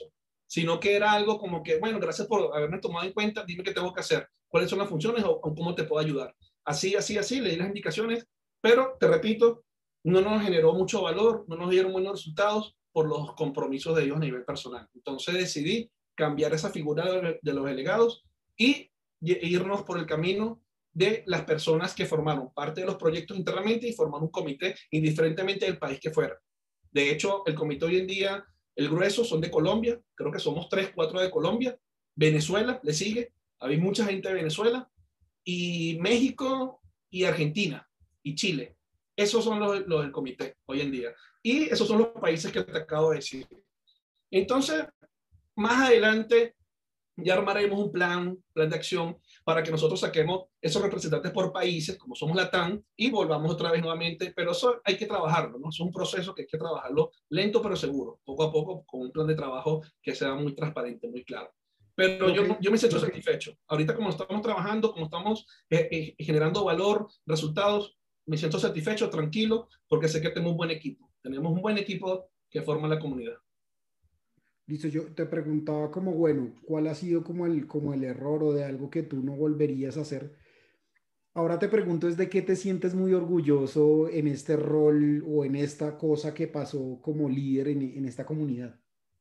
sino que era algo como que, bueno, gracias por haberme tomado en cuenta, dime qué tengo que hacer, cuáles son las funciones o, o cómo te puedo ayudar. Así, así, así, le di las indicaciones, pero te repito, no nos generó mucho valor, no nos dieron buenos resultados por los compromisos de ellos a nivel personal. Entonces decidí cambiar esa figura de, de los delegados y irnos por el camino de las personas que formaron parte de los proyectos internamente y formaron un comité indiferentemente del país que fuera. De hecho, el comité hoy en día, el grueso son de Colombia, creo que somos tres, cuatro de Colombia, Venezuela le sigue, hay mucha gente de Venezuela, y México y Argentina y Chile. Esos son los, los del comité hoy en día. Y esos son los países que te acabo de decir. Entonces, más adelante ya armaremos un plan, plan de acción para que nosotros saquemos esos representantes por países, como somos la T A M, y volvamos otra vez nuevamente, pero eso hay que trabajarlo, ¿no? Es un proceso que hay que trabajarlo lento pero seguro, poco a poco, con un plan de trabajo que sea muy transparente, muy claro. Pero okay. yo, yo me siento okay. satisfecho. Ahorita como estamos trabajando, como estamos eh, eh, generando valor, resultados, me siento satisfecho, tranquilo, porque sé que tengo un buen equipo. Tenemos un buen equipo que forma la comunidad. Listo, yo te preguntaba como, bueno, ¿cuál ha sido como el, como el error o de algo que tú no volverías a hacer? Ahora te pregunto es de qué te sientes muy orgulloso en este rol o en esta cosa que pasó como líder en, en esta comunidad.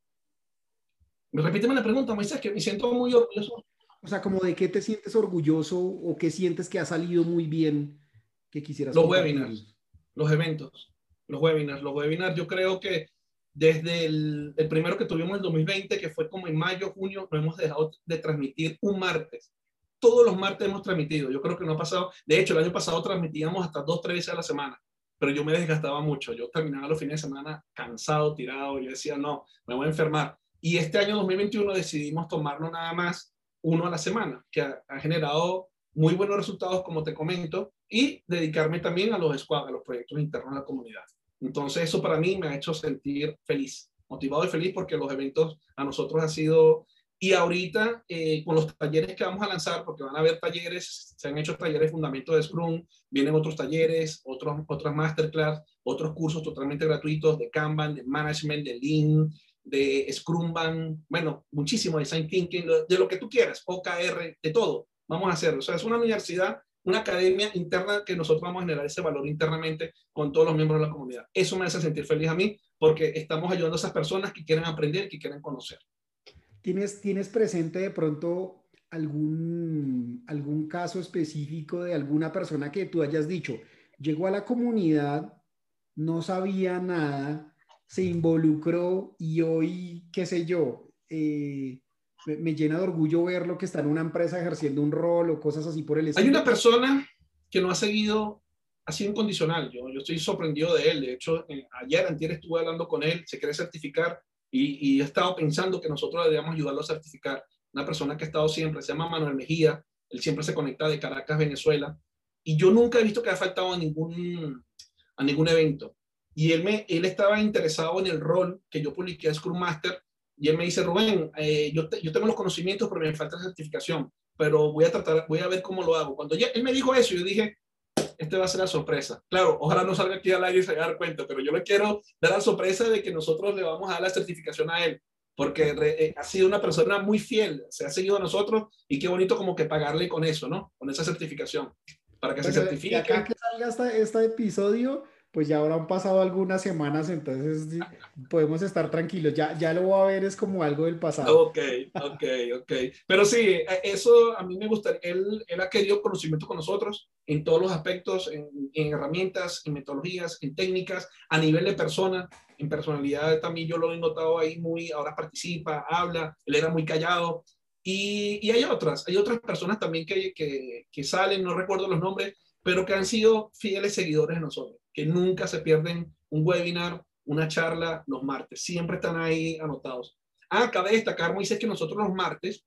Repíteme la pregunta, Moisés, que me siento muy orgulloso. O sea, como de qué te sientes orgulloso o qué sientes que ha salido muy bien que quisieras los compartir. Webinars, los eventos, los webinars, los webinars, yo creo que desde el, el primero que tuvimos en el dos mil veinte, que fue como en mayo, junio, no hemos dejado de transmitir un martes. Todos los martes hemos transmitido. Yo creo que no ha pasado. De hecho, el año pasado transmitíamos hasta dos, tres veces a la semana, pero yo me desgastaba mucho. Yo terminaba los fines de semana cansado, tirado. Yo decía, no, me voy a enfermar. Y este año dos mil veintiuno decidimos tomarlo nada más uno a la semana, que ha, ha generado muy buenos resultados, como te comento, y dedicarme también a los squads, a los proyectos internos de la comunidad. Entonces, eso para mí me ha hecho sentir feliz, motivado y feliz, porque los eventos a nosotros ha sido... Y ahorita, eh, con los talleres que vamos a lanzar, porque van a haber talleres, se han hecho talleres de fundamento de Scrum, vienen otros talleres, otros, otras masterclass, otros cursos totalmente gratuitos de Kanban, de Management, de Lean, de Scrumban, bueno, muchísimo Design Thinking, de lo que tú quieras, O K R, de todo, vamos a hacerlo. O sea, es una universidad, una academia interna que nosotros vamos a generar ese valor internamente con todos los miembros de la comunidad. Eso me hace sentir feliz a mí, porque estamos ayudando a esas personas que quieren aprender, que quieren conocer. ¿Tienes, ¿Tienes presente de pronto algún, algún caso específico de alguna persona que tú hayas dicho, llegó a la comunidad, no sabía nada, se involucró y hoy, qué sé yo, eh, me, me llena de orgullo verlo que está en una empresa ejerciendo un rol o cosas así por el estilo? Hay una persona que no ha seguido, ha sido incondicional. Yo, yo estoy sorprendido de él. De hecho, eh, ayer, antier estuve hablando con él, se quiere certificar. Y, y he estado pensando que nosotros deberíamos ayudarlo a certificar. Una persona que ha estado siempre, se llama Manuel Mejía, él siempre se conecta de Caracas, Venezuela, y yo nunca he visto que haya faltado a ningún, a ningún evento. Y él, me, él estaba interesado en el rol que yo publiqué a Scrum Master, y él me dice, Rubén, eh, yo, te, yo tengo los conocimientos, pero me falta certificación, pero voy a tratar, voy a ver cómo lo hago. Cuando ya, él me dijo eso, yo dije, este va a ser la sorpresa. Claro, ojalá no salga aquí al aire y se dar cuenta, pero yo le quiero dar la sorpresa de que nosotros le vamos a dar la certificación a él, porque re, eh, ha sido una persona muy fiel, se ha seguido a nosotros y qué bonito como que pagarle con eso, ¿no? Con esa certificación, para que bueno, se certifique. Y acá que salga este, este episodio, pues ya habrán pasado algunas semanas, entonces podemos estar tranquilos. Ya, ya lo voy a ver, es como algo del pasado. Ok, ok, ok. Pero sí, eso a mí me gusta. Él, él ha querido conocimiento con nosotros en todos los aspectos, en, en herramientas, en metodologías, en técnicas, a nivel de persona, en personalidad también yo lo he notado ahí muy, ahora participa, habla, él era muy callado. Y, y hay otras, hay otras personas también que, que, que salen, no recuerdo los nombres, pero que han sido fieles seguidores de nosotros, que nunca se pierden un webinar, una charla los martes, siempre están ahí anotados. Ah, cabe destacar, Moisés, que nosotros los martes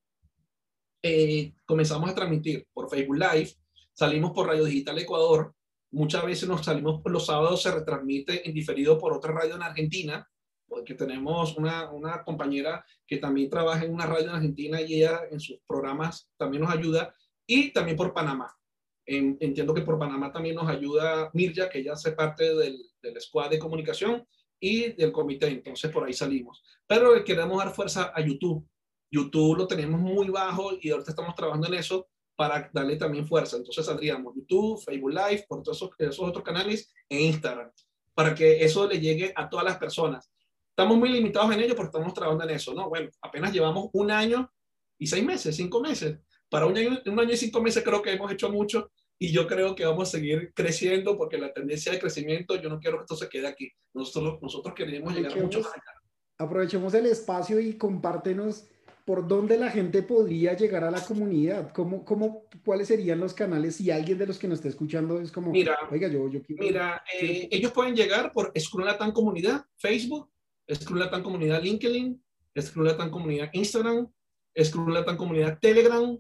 eh, comenzamos a transmitir por Facebook Live, salimos por Radio Digital Ecuador, muchas veces nos salimos por los sábados, se retransmite en diferido por otra radio en Argentina, porque tenemos una, una compañera que también trabaja en una radio en Argentina y ella en sus programas también nos ayuda, y también por Panamá. Entiendo que por Panamá también nos ayuda Mirja, que ella hace parte del, del squad de comunicación, y del comité. Entonces por ahí salimos. Pero le queremos dar fuerza a YouTube. YouTube lo tenemos muy bajo y ahorita estamos trabajando en eso para darle también fuerza. Entonces saldríamos YouTube, Facebook Live, por todos esos, esos otros canales e Instagram, para que eso le llegue a todas las personas. Estamos muy limitados en ello porque estamos trabajando en eso, ¿no? Bueno, apenas llevamos un año y seis meses, cinco meses. Para un año, un año y cinco meses creo que hemos hecho mucho y yo creo que vamos a seguir creciendo porque la tendencia de crecimiento, yo no quiero que esto se quede aquí. Nosotros, nosotros queremos llegar mucho más acá. Aprovechemos el espacio y compártenos por dónde la gente podría llegar a la comunidad. ¿Cómo, cómo, ¿Cuáles serían los canales? Si alguien de los que nos está escuchando es como, mira, oiga, yo, yo quiero... Mira, eh, quiero... ellos pueden llegar por Scrum Latam Comunidad, Facebook, Scrum Latam Comunidad LinkedIn, Scrum Latam Comunidad Instagram, Scrum Latam Comunidad Telegram,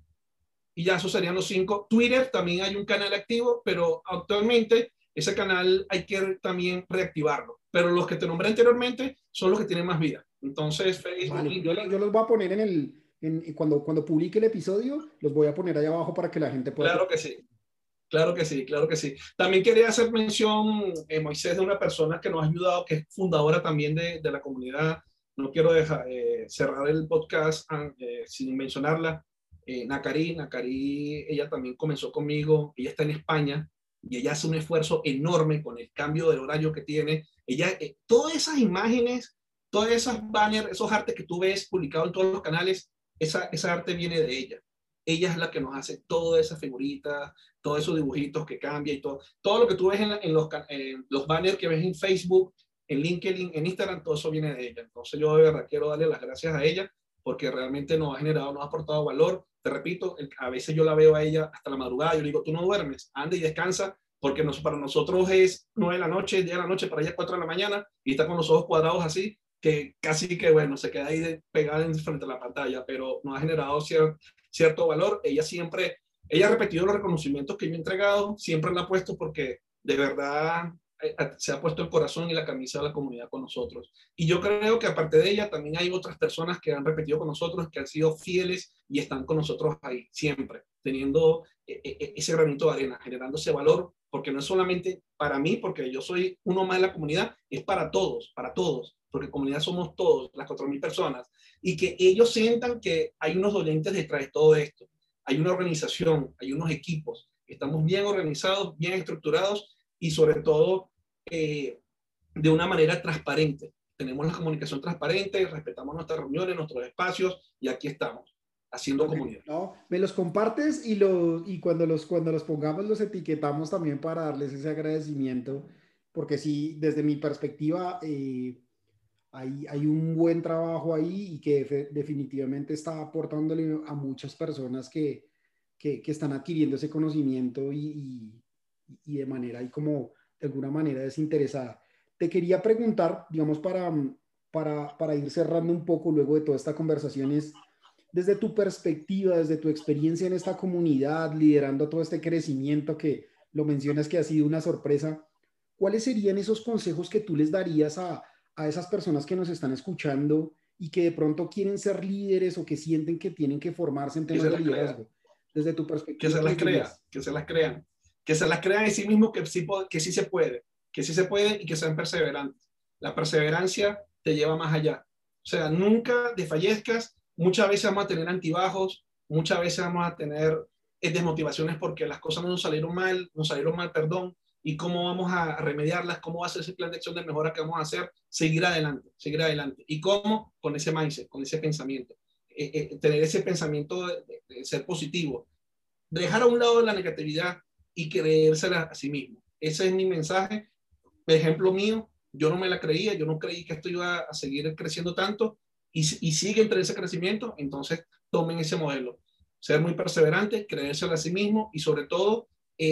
y ya esos serían los cinco. Twitter también hay un canal activo, pero actualmente ese canal hay que también reactivarlo. Pero los que te nombré anteriormente son los que tienen más vida. Entonces, Facebook, vale, yo, yo, los voy a poner en el, en, cuando, cuando publique el episodio, los voy a poner ahí abajo para que la gente pueda... Claro que sí. Claro que sí, claro que sí. También quería hacer mención, eh, Moisés, de una persona que nos ha ayudado, que es fundadora también de, de la comunidad. No quiero dejar, eh, cerrar el podcast eh, sin mencionarla. Eh, Nakari, Nakari, ella también comenzó conmigo. Ella está en España y ella hace un esfuerzo enorme con el cambio del horario que tiene. Ella, eh, todas esas imágenes, todas esas banners, esos artes que tú ves publicados en todos los canales, esa, esa arte viene de ella. Ella es la que nos hace todas esas figuritas, todos esos dibujitos que cambia y todo. Todo lo que tú ves en, en, los, en los banners que ves en Facebook, en LinkedIn, en Instagram, todo eso viene de ella. Entonces yo de verdad quiero darle las gracias a ella porque realmente nos ha generado, nos ha aportado valor. Te repito, a veces yo la veo a ella hasta la madrugada. Yo le digo, tú no duermes, anda y descansa, porque nos, para nosotros es nueve de la noche, diez de la noche, para ella es cuatro de la mañana y está con los ojos cuadrados así, que casi que, bueno, se queda ahí de, pegada en frente a la pantalla, pero nos ha generado cierto, cierto valor. Ella siempre, ella ha repetido los reconocimientos que yo he entregado, siempre la ha puesto porque de verdad eh, se ha puesto el corazón y la camisa de la comunidad con nosotros. Y yo creo que aparte de ella, también hay otras personas que han repetido con nosotros, que han sido fieles y están con nosotros ahí, siempre, teniendo eh, eh, ese granito de arena, generando ese valor, porque no es solamente para mí, porque yo soy uno más de la comunidad, es para todos, para todos, porque comunidad somos todos, las cuatro mil personas, y que ellos sientan que hay unos dolientes detrás de todo esto. Hay una organización, hay unos equipos, estamos bien organizados, bien estructurados y sobre todo eh, de una manera transparente. Tenemos la comunicación transparente, respetamos nuestras reuniones, nuestros espacios y aquí estamos, haciendo comunidad. No, me los compartes y, los, y cuando, los, cuando los pongamos los etiquetamos también para darles ese agradecimiento, porque sí, desde mi perspectiva, eh, hay, hay un buen trabajo ahí y que de, definitivamente está aportándole a muchas personas que, que, que están adquiriendo ese conocimiento y, y, y de manera ahí como de alguna manera desinteresada. Te quería preguntar, digamos, para, para, para ir cerrando un poco luego de toda esta conversación, es desde tu perspectiva, desde tu experiencia en esta comunidad, liderando todo este crecimiento que lo mencionas que ha sido una sorpresa, ¿cuáles serían esos consejos que tú les darías a, a esas personas que nos están escuchando y que de pronto quieren ser líderes o que sienten que tienen que formarse en temas de liderazgo? Crea. Desde tu perspectiva. Que se las crean, que se las crean, que se las crean en sí mismos, que sí, que sí se puede, que sí se puede y que sean perseverantes. La perseverancia te lleva más allá. O sea, nunca desfallezcas. Muchas veces vamos a tener antibajos, muchas veces vamos a tener desmotivaciones porque las cosas no nos salieron mal, nos salieron mal, perdón, y cómo vamos a remediarlas, cómo va a ser ese plan de acción de mejora que vamos a hacer, seguir adelante, seguir adelante. ¿Y cómo? Con ese mindset, con ese pensamiento. Eh, eh, tener ese pensamiento de, de, de ser positivo. Dejar a un lado la negatividad y creérsela a sí mismo. Ese es mi mensaje. Ejemplo mío, yo no me la creía, yo no creí que esto iba a seguir creciendo tanto, y, y sigue entre ese crecimiento. Entonces tomen ese modelo, ser muy perseverante, creérselo a sí mismo y sobre todo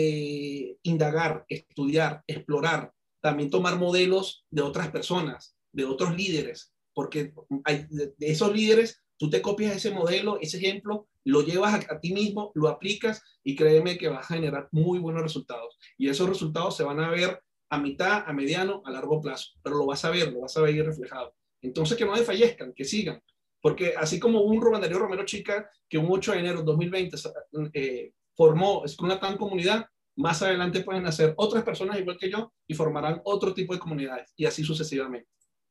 eh, indagar, estudiar, explorar, también tomar modelos de otras personas, de otros líderes, porque hay, de, de esos líderes tú te copias ese modelo, ese ejemplo, lo llevas a, a ti mismo, lo aplicas y créeme que vas a generar muy buenos resultados, y esos resultados se van a ver a mitad, a mediano, a largo plazo, pero lo vas a ver, lo vas a ver reflejado. Entonces, que no desfallezcan, que sigan. Porque así como un Rubén Darío Romero Chica, que un ocho de enero de dos mil veinte eh, formó Scrum Latam Comunidad, más adelante pueden hacer otras personas igual que yo y formarán otro tipo de comunidades y así sucesivamente.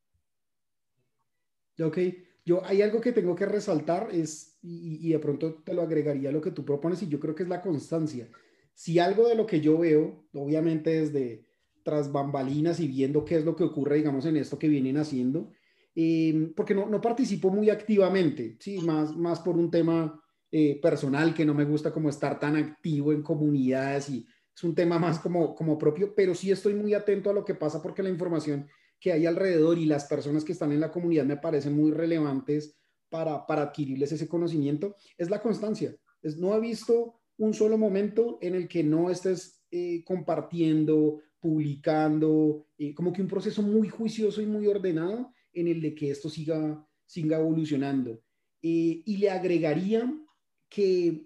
Ok, yo hay algo que tengo que resaltar es, y, y de pronto te lo agregaría a lo que tú propones, y yo creo que es la constancia. Si algo de lo que yo veo, obviamente desde tras bambalinas y viendo qué es lo que ocurre, digamos, en esto que vienen haciendo, eh, porque no, no participo muy activamente, sí, más, más por un tema eh, personal que no me gusta como estar tan activo en comunidades y es un tema más como, como propio, pero sí estoy muy atento a lo que pasa porque la información que hay alrededor y las personas que están en la comunidad me parecen muy relevantes para, para adquirirles ese conocimiento, es la constancia. Es, no he visto un solo momento en el que no estés eh, compartiendo, publicando, eh, como que un proceso muy juicioso y muy ordenado en el de que esto siga, siga evolucionando. Eh, y le agregaría que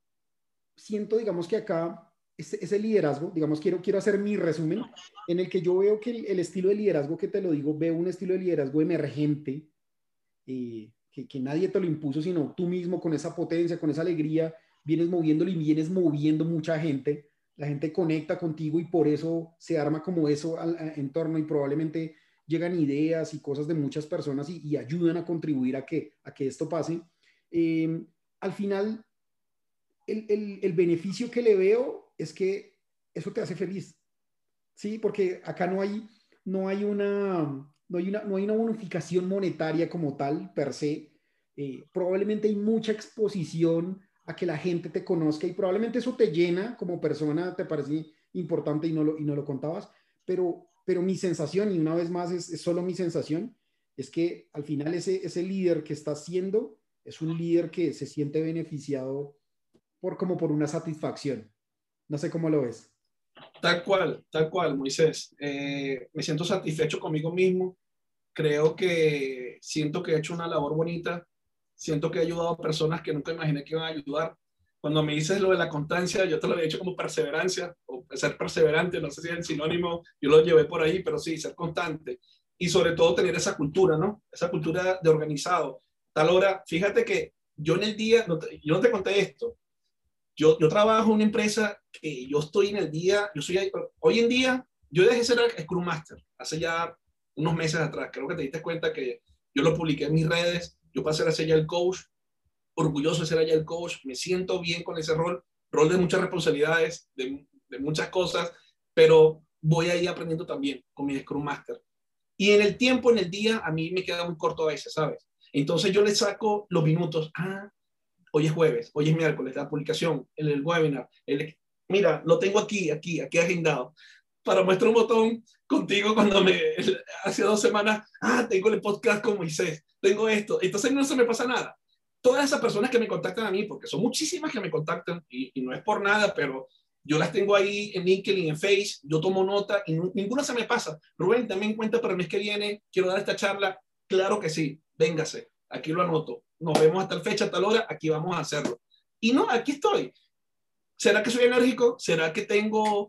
siento, digamos que acá, ese, ese liderazgo, digamos, quiero, quiero hacer mi resumen, en el que yo veo que el, el estilo de liderazgo que te lo digo, veo un estilo de liderazgo emergente, eh, que, que nadie te lo impuso, sino tú mismo con esa potencia, con esa alegría, vienes moviéndolo y vienes moviendo mucha gente. La gente conecta contigo y por eso se arma como eso al, a, en torno y probablemente llegan ideas y cosas de muchas personas y, y ayudan a contribuir a que, a que esto pase. Eh, al final, el, el, el beneficio que le veo es que eso te hace feliz, ¿sí? Porque acá no hay, no hay una, no hay una, no hay una bonificación monetaria como tal, per se. Eh, probablemente hay mucha exposición a que la gente te conozca y probablemente eso te llena como persona, te parece importante y no lo, y no lo contabas, pero, pero mi sensación, y una vez más es, es solo mi sensación, es que al final ese, ese líder que está siendo es un líder que se siente beneficiado por como por una satisfacción. No sé cómo lo ves. Tal cual, tal cual, Moisés. Eh, me siento satisfecho conmigo mismo. Creo que siento que he hecho una labor bonita. Siento que he ayudado a personas que nunca imaginé que iban a ayudar. Cuando me dices lo de la constancia, yo te lo había dicho como perseverancia o ser perseverante. No sé si es el sinónimo, yo lo llevé por ahí, pero sí, ser constante. Y sobre todo tener esa cultura, ¿no? Esa cultura de organizado. Tal hora, fíjate que yo en el día, no te, yo no te conté esto, yo, yo trabajo en una empresa que yo estoy en el día, yo soy, hoy en día, yo dejé de ser Scrum Master hace ya unos meses atrás. Creo que te diste cuenta que yo lo publiqué en mis redes, yo pasé a ser ya el coach, orgulloso de ser allá el coach, me siento bien con ese rol, rol de muchas responsabilidades, de, de muchas cosas, pero voy ahí aprendiendo también con mi Scrum Master. Y en el tiempo, en el día, a mí me queda muy corto a veces, ¿sabes? Entonces yo le saco los minutos, ah, hoy es jueves, hoy es miércoles, la publicación, el, el webinar, el, mira, lo tengo aquí, aquí, aquí agendado. Para muestra un botón contigo cuando me, hace dos semanas, ah, tengo el podcast con Moisés, tengo esto. Entonces no se me pasa nada. Todas esas personas que me contactan a mí, porque son muchísimas que me contactan y, y no es por nada, pero yo las tengo ahí en LinkedIn, en Face, yo tomo nota y no, ninguna se me pasa. Rubén, también cuenta para el mes que viene, quiero dar esta charla. Claro que sí, véngase, aquí lo anoto. Nos vemos a tal fecha, a tal hora, aquí vamos a hacerlo. Y no, aquí estoy. ¿Será que soy enérgico? ¿Será que tengo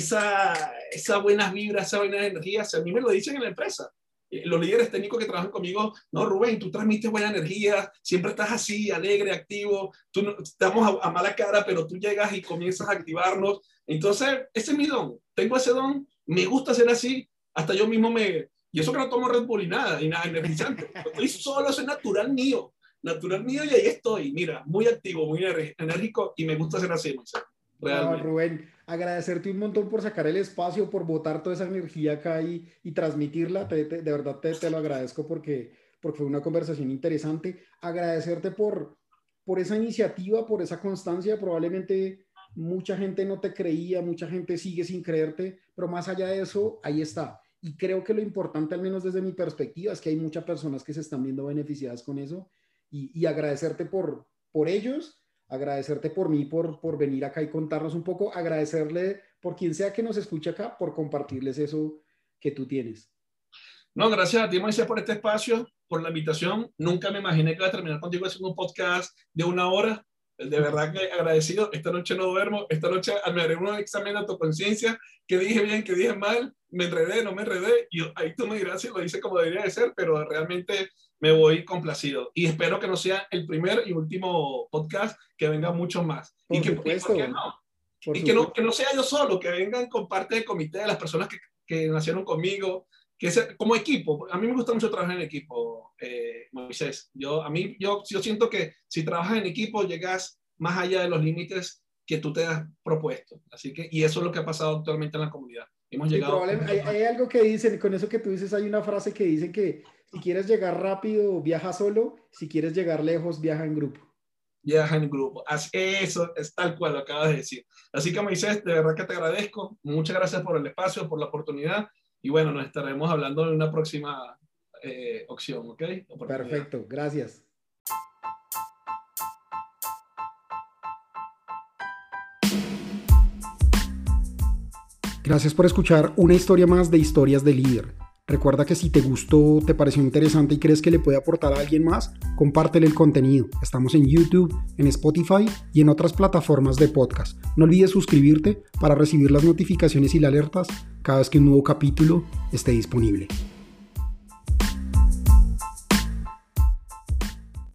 esa, esa buenas vibras, esa buena energía? Si a mí me lo dicen en la empresa. Los líderes técnicos que trabajan conmigo, no, Rubén, tú transmites buena energía, siempre estás así, alegre, activo, tú no, estamos a, a mala cara, pero tú llegas y comienzas a activarnos. Entonces, ese es mi don. Tengo ese don, me gusta ser así, hasta yo mismo me... Y eso que no tomo Red Bull y nada, y nada energizante. Estoy solo, eso es natural mío. Natural mío y ahí estoy, mira, muy activo, muy enérgico y me gusta ser así, Marcelo, No, realmente. Rubén, agradecerte un montón por sacar el espacio, por botar toda esa energía acá y, y transmitirla. Te- te- de verdad te, te lo agradezco porque, porque fue una conversación interesante. Agradecerte por, por esa iniciativa, por esa constancia. Probablemente mucha gente no te creía, mucha gente sigue sin creerte, pero más allá de eso, ahí está. Y creo que lo importante, al menos desde mi perspectiva, es que hay muchas personas que se están viendo beneficiadas con eso y, y agradecerte por, por ellos, agradecerte por mí, por, por venir acá y contarnos un poco, agradecerle por quien sea que nos escuche acá, por compartirles eso que tú tienes. No, gracias a ti, Moisés, por este espacio, por la invitación. Nunca me imaginé que iba a terminar contigo haciendo un podcast de una hora. De verdad que agradecido. Esta noche no duermo. Esta noche me haré un examen de autoconciencia. ¿Qué dije bien? ¿Qué dije mal? ¿Me enredé? ¿No me enredé? Y ahí tú me dirás si lo hice como debería de ser, pero realmente me voy complacido. Y espero que no sea el primer y último podcast, que venga muchos más. Y Por que, ¿y por qué supuesto. no? Por y que no, supuesto. que no sea yo solo, que vengan con parte del comité de las personas que, que nacieron conmigo, que sea, como equipo. A mí me gusta mucho trabajar en equipo, eh, Moisés. Yo, a mí, yo, yo siento que si trabajas en equipo llegas más allá de los límites que tú te has propuesto. Así que, y eso es lo que ha pasado actualmente en la comunidad. Hemos Sí, llegado probablemente hay, hay algo que dicen, con eso que tú dices, hay una frase que dicen que si quieres llegar rápido, viaja solo, si quieres llegar lejos, viaja en grupo. viaja en grupo. Así, eso es tal cual lo acabas de decir. Así que Moisés, de verdad que te agradezco. Muchas gracias por el espacio, por la oportunidad. Y bueno, nos estaremos hablando en una próxima eh, opción, ¿ok? Oportunidad. Perfecto, gracias. Gracias por escuchar una historia más de Historias de Líder. Recuerda que si te gustó, te pareció interesante y crees que le puede aportar a alguien más, compártele el contenido. Estamos en YouTube, en Spotify y en otras plataformas de podcast. No olvides suscribirte para recibir las notificaciones y las alertas cada vez que un nuevo capítulo esté disponible.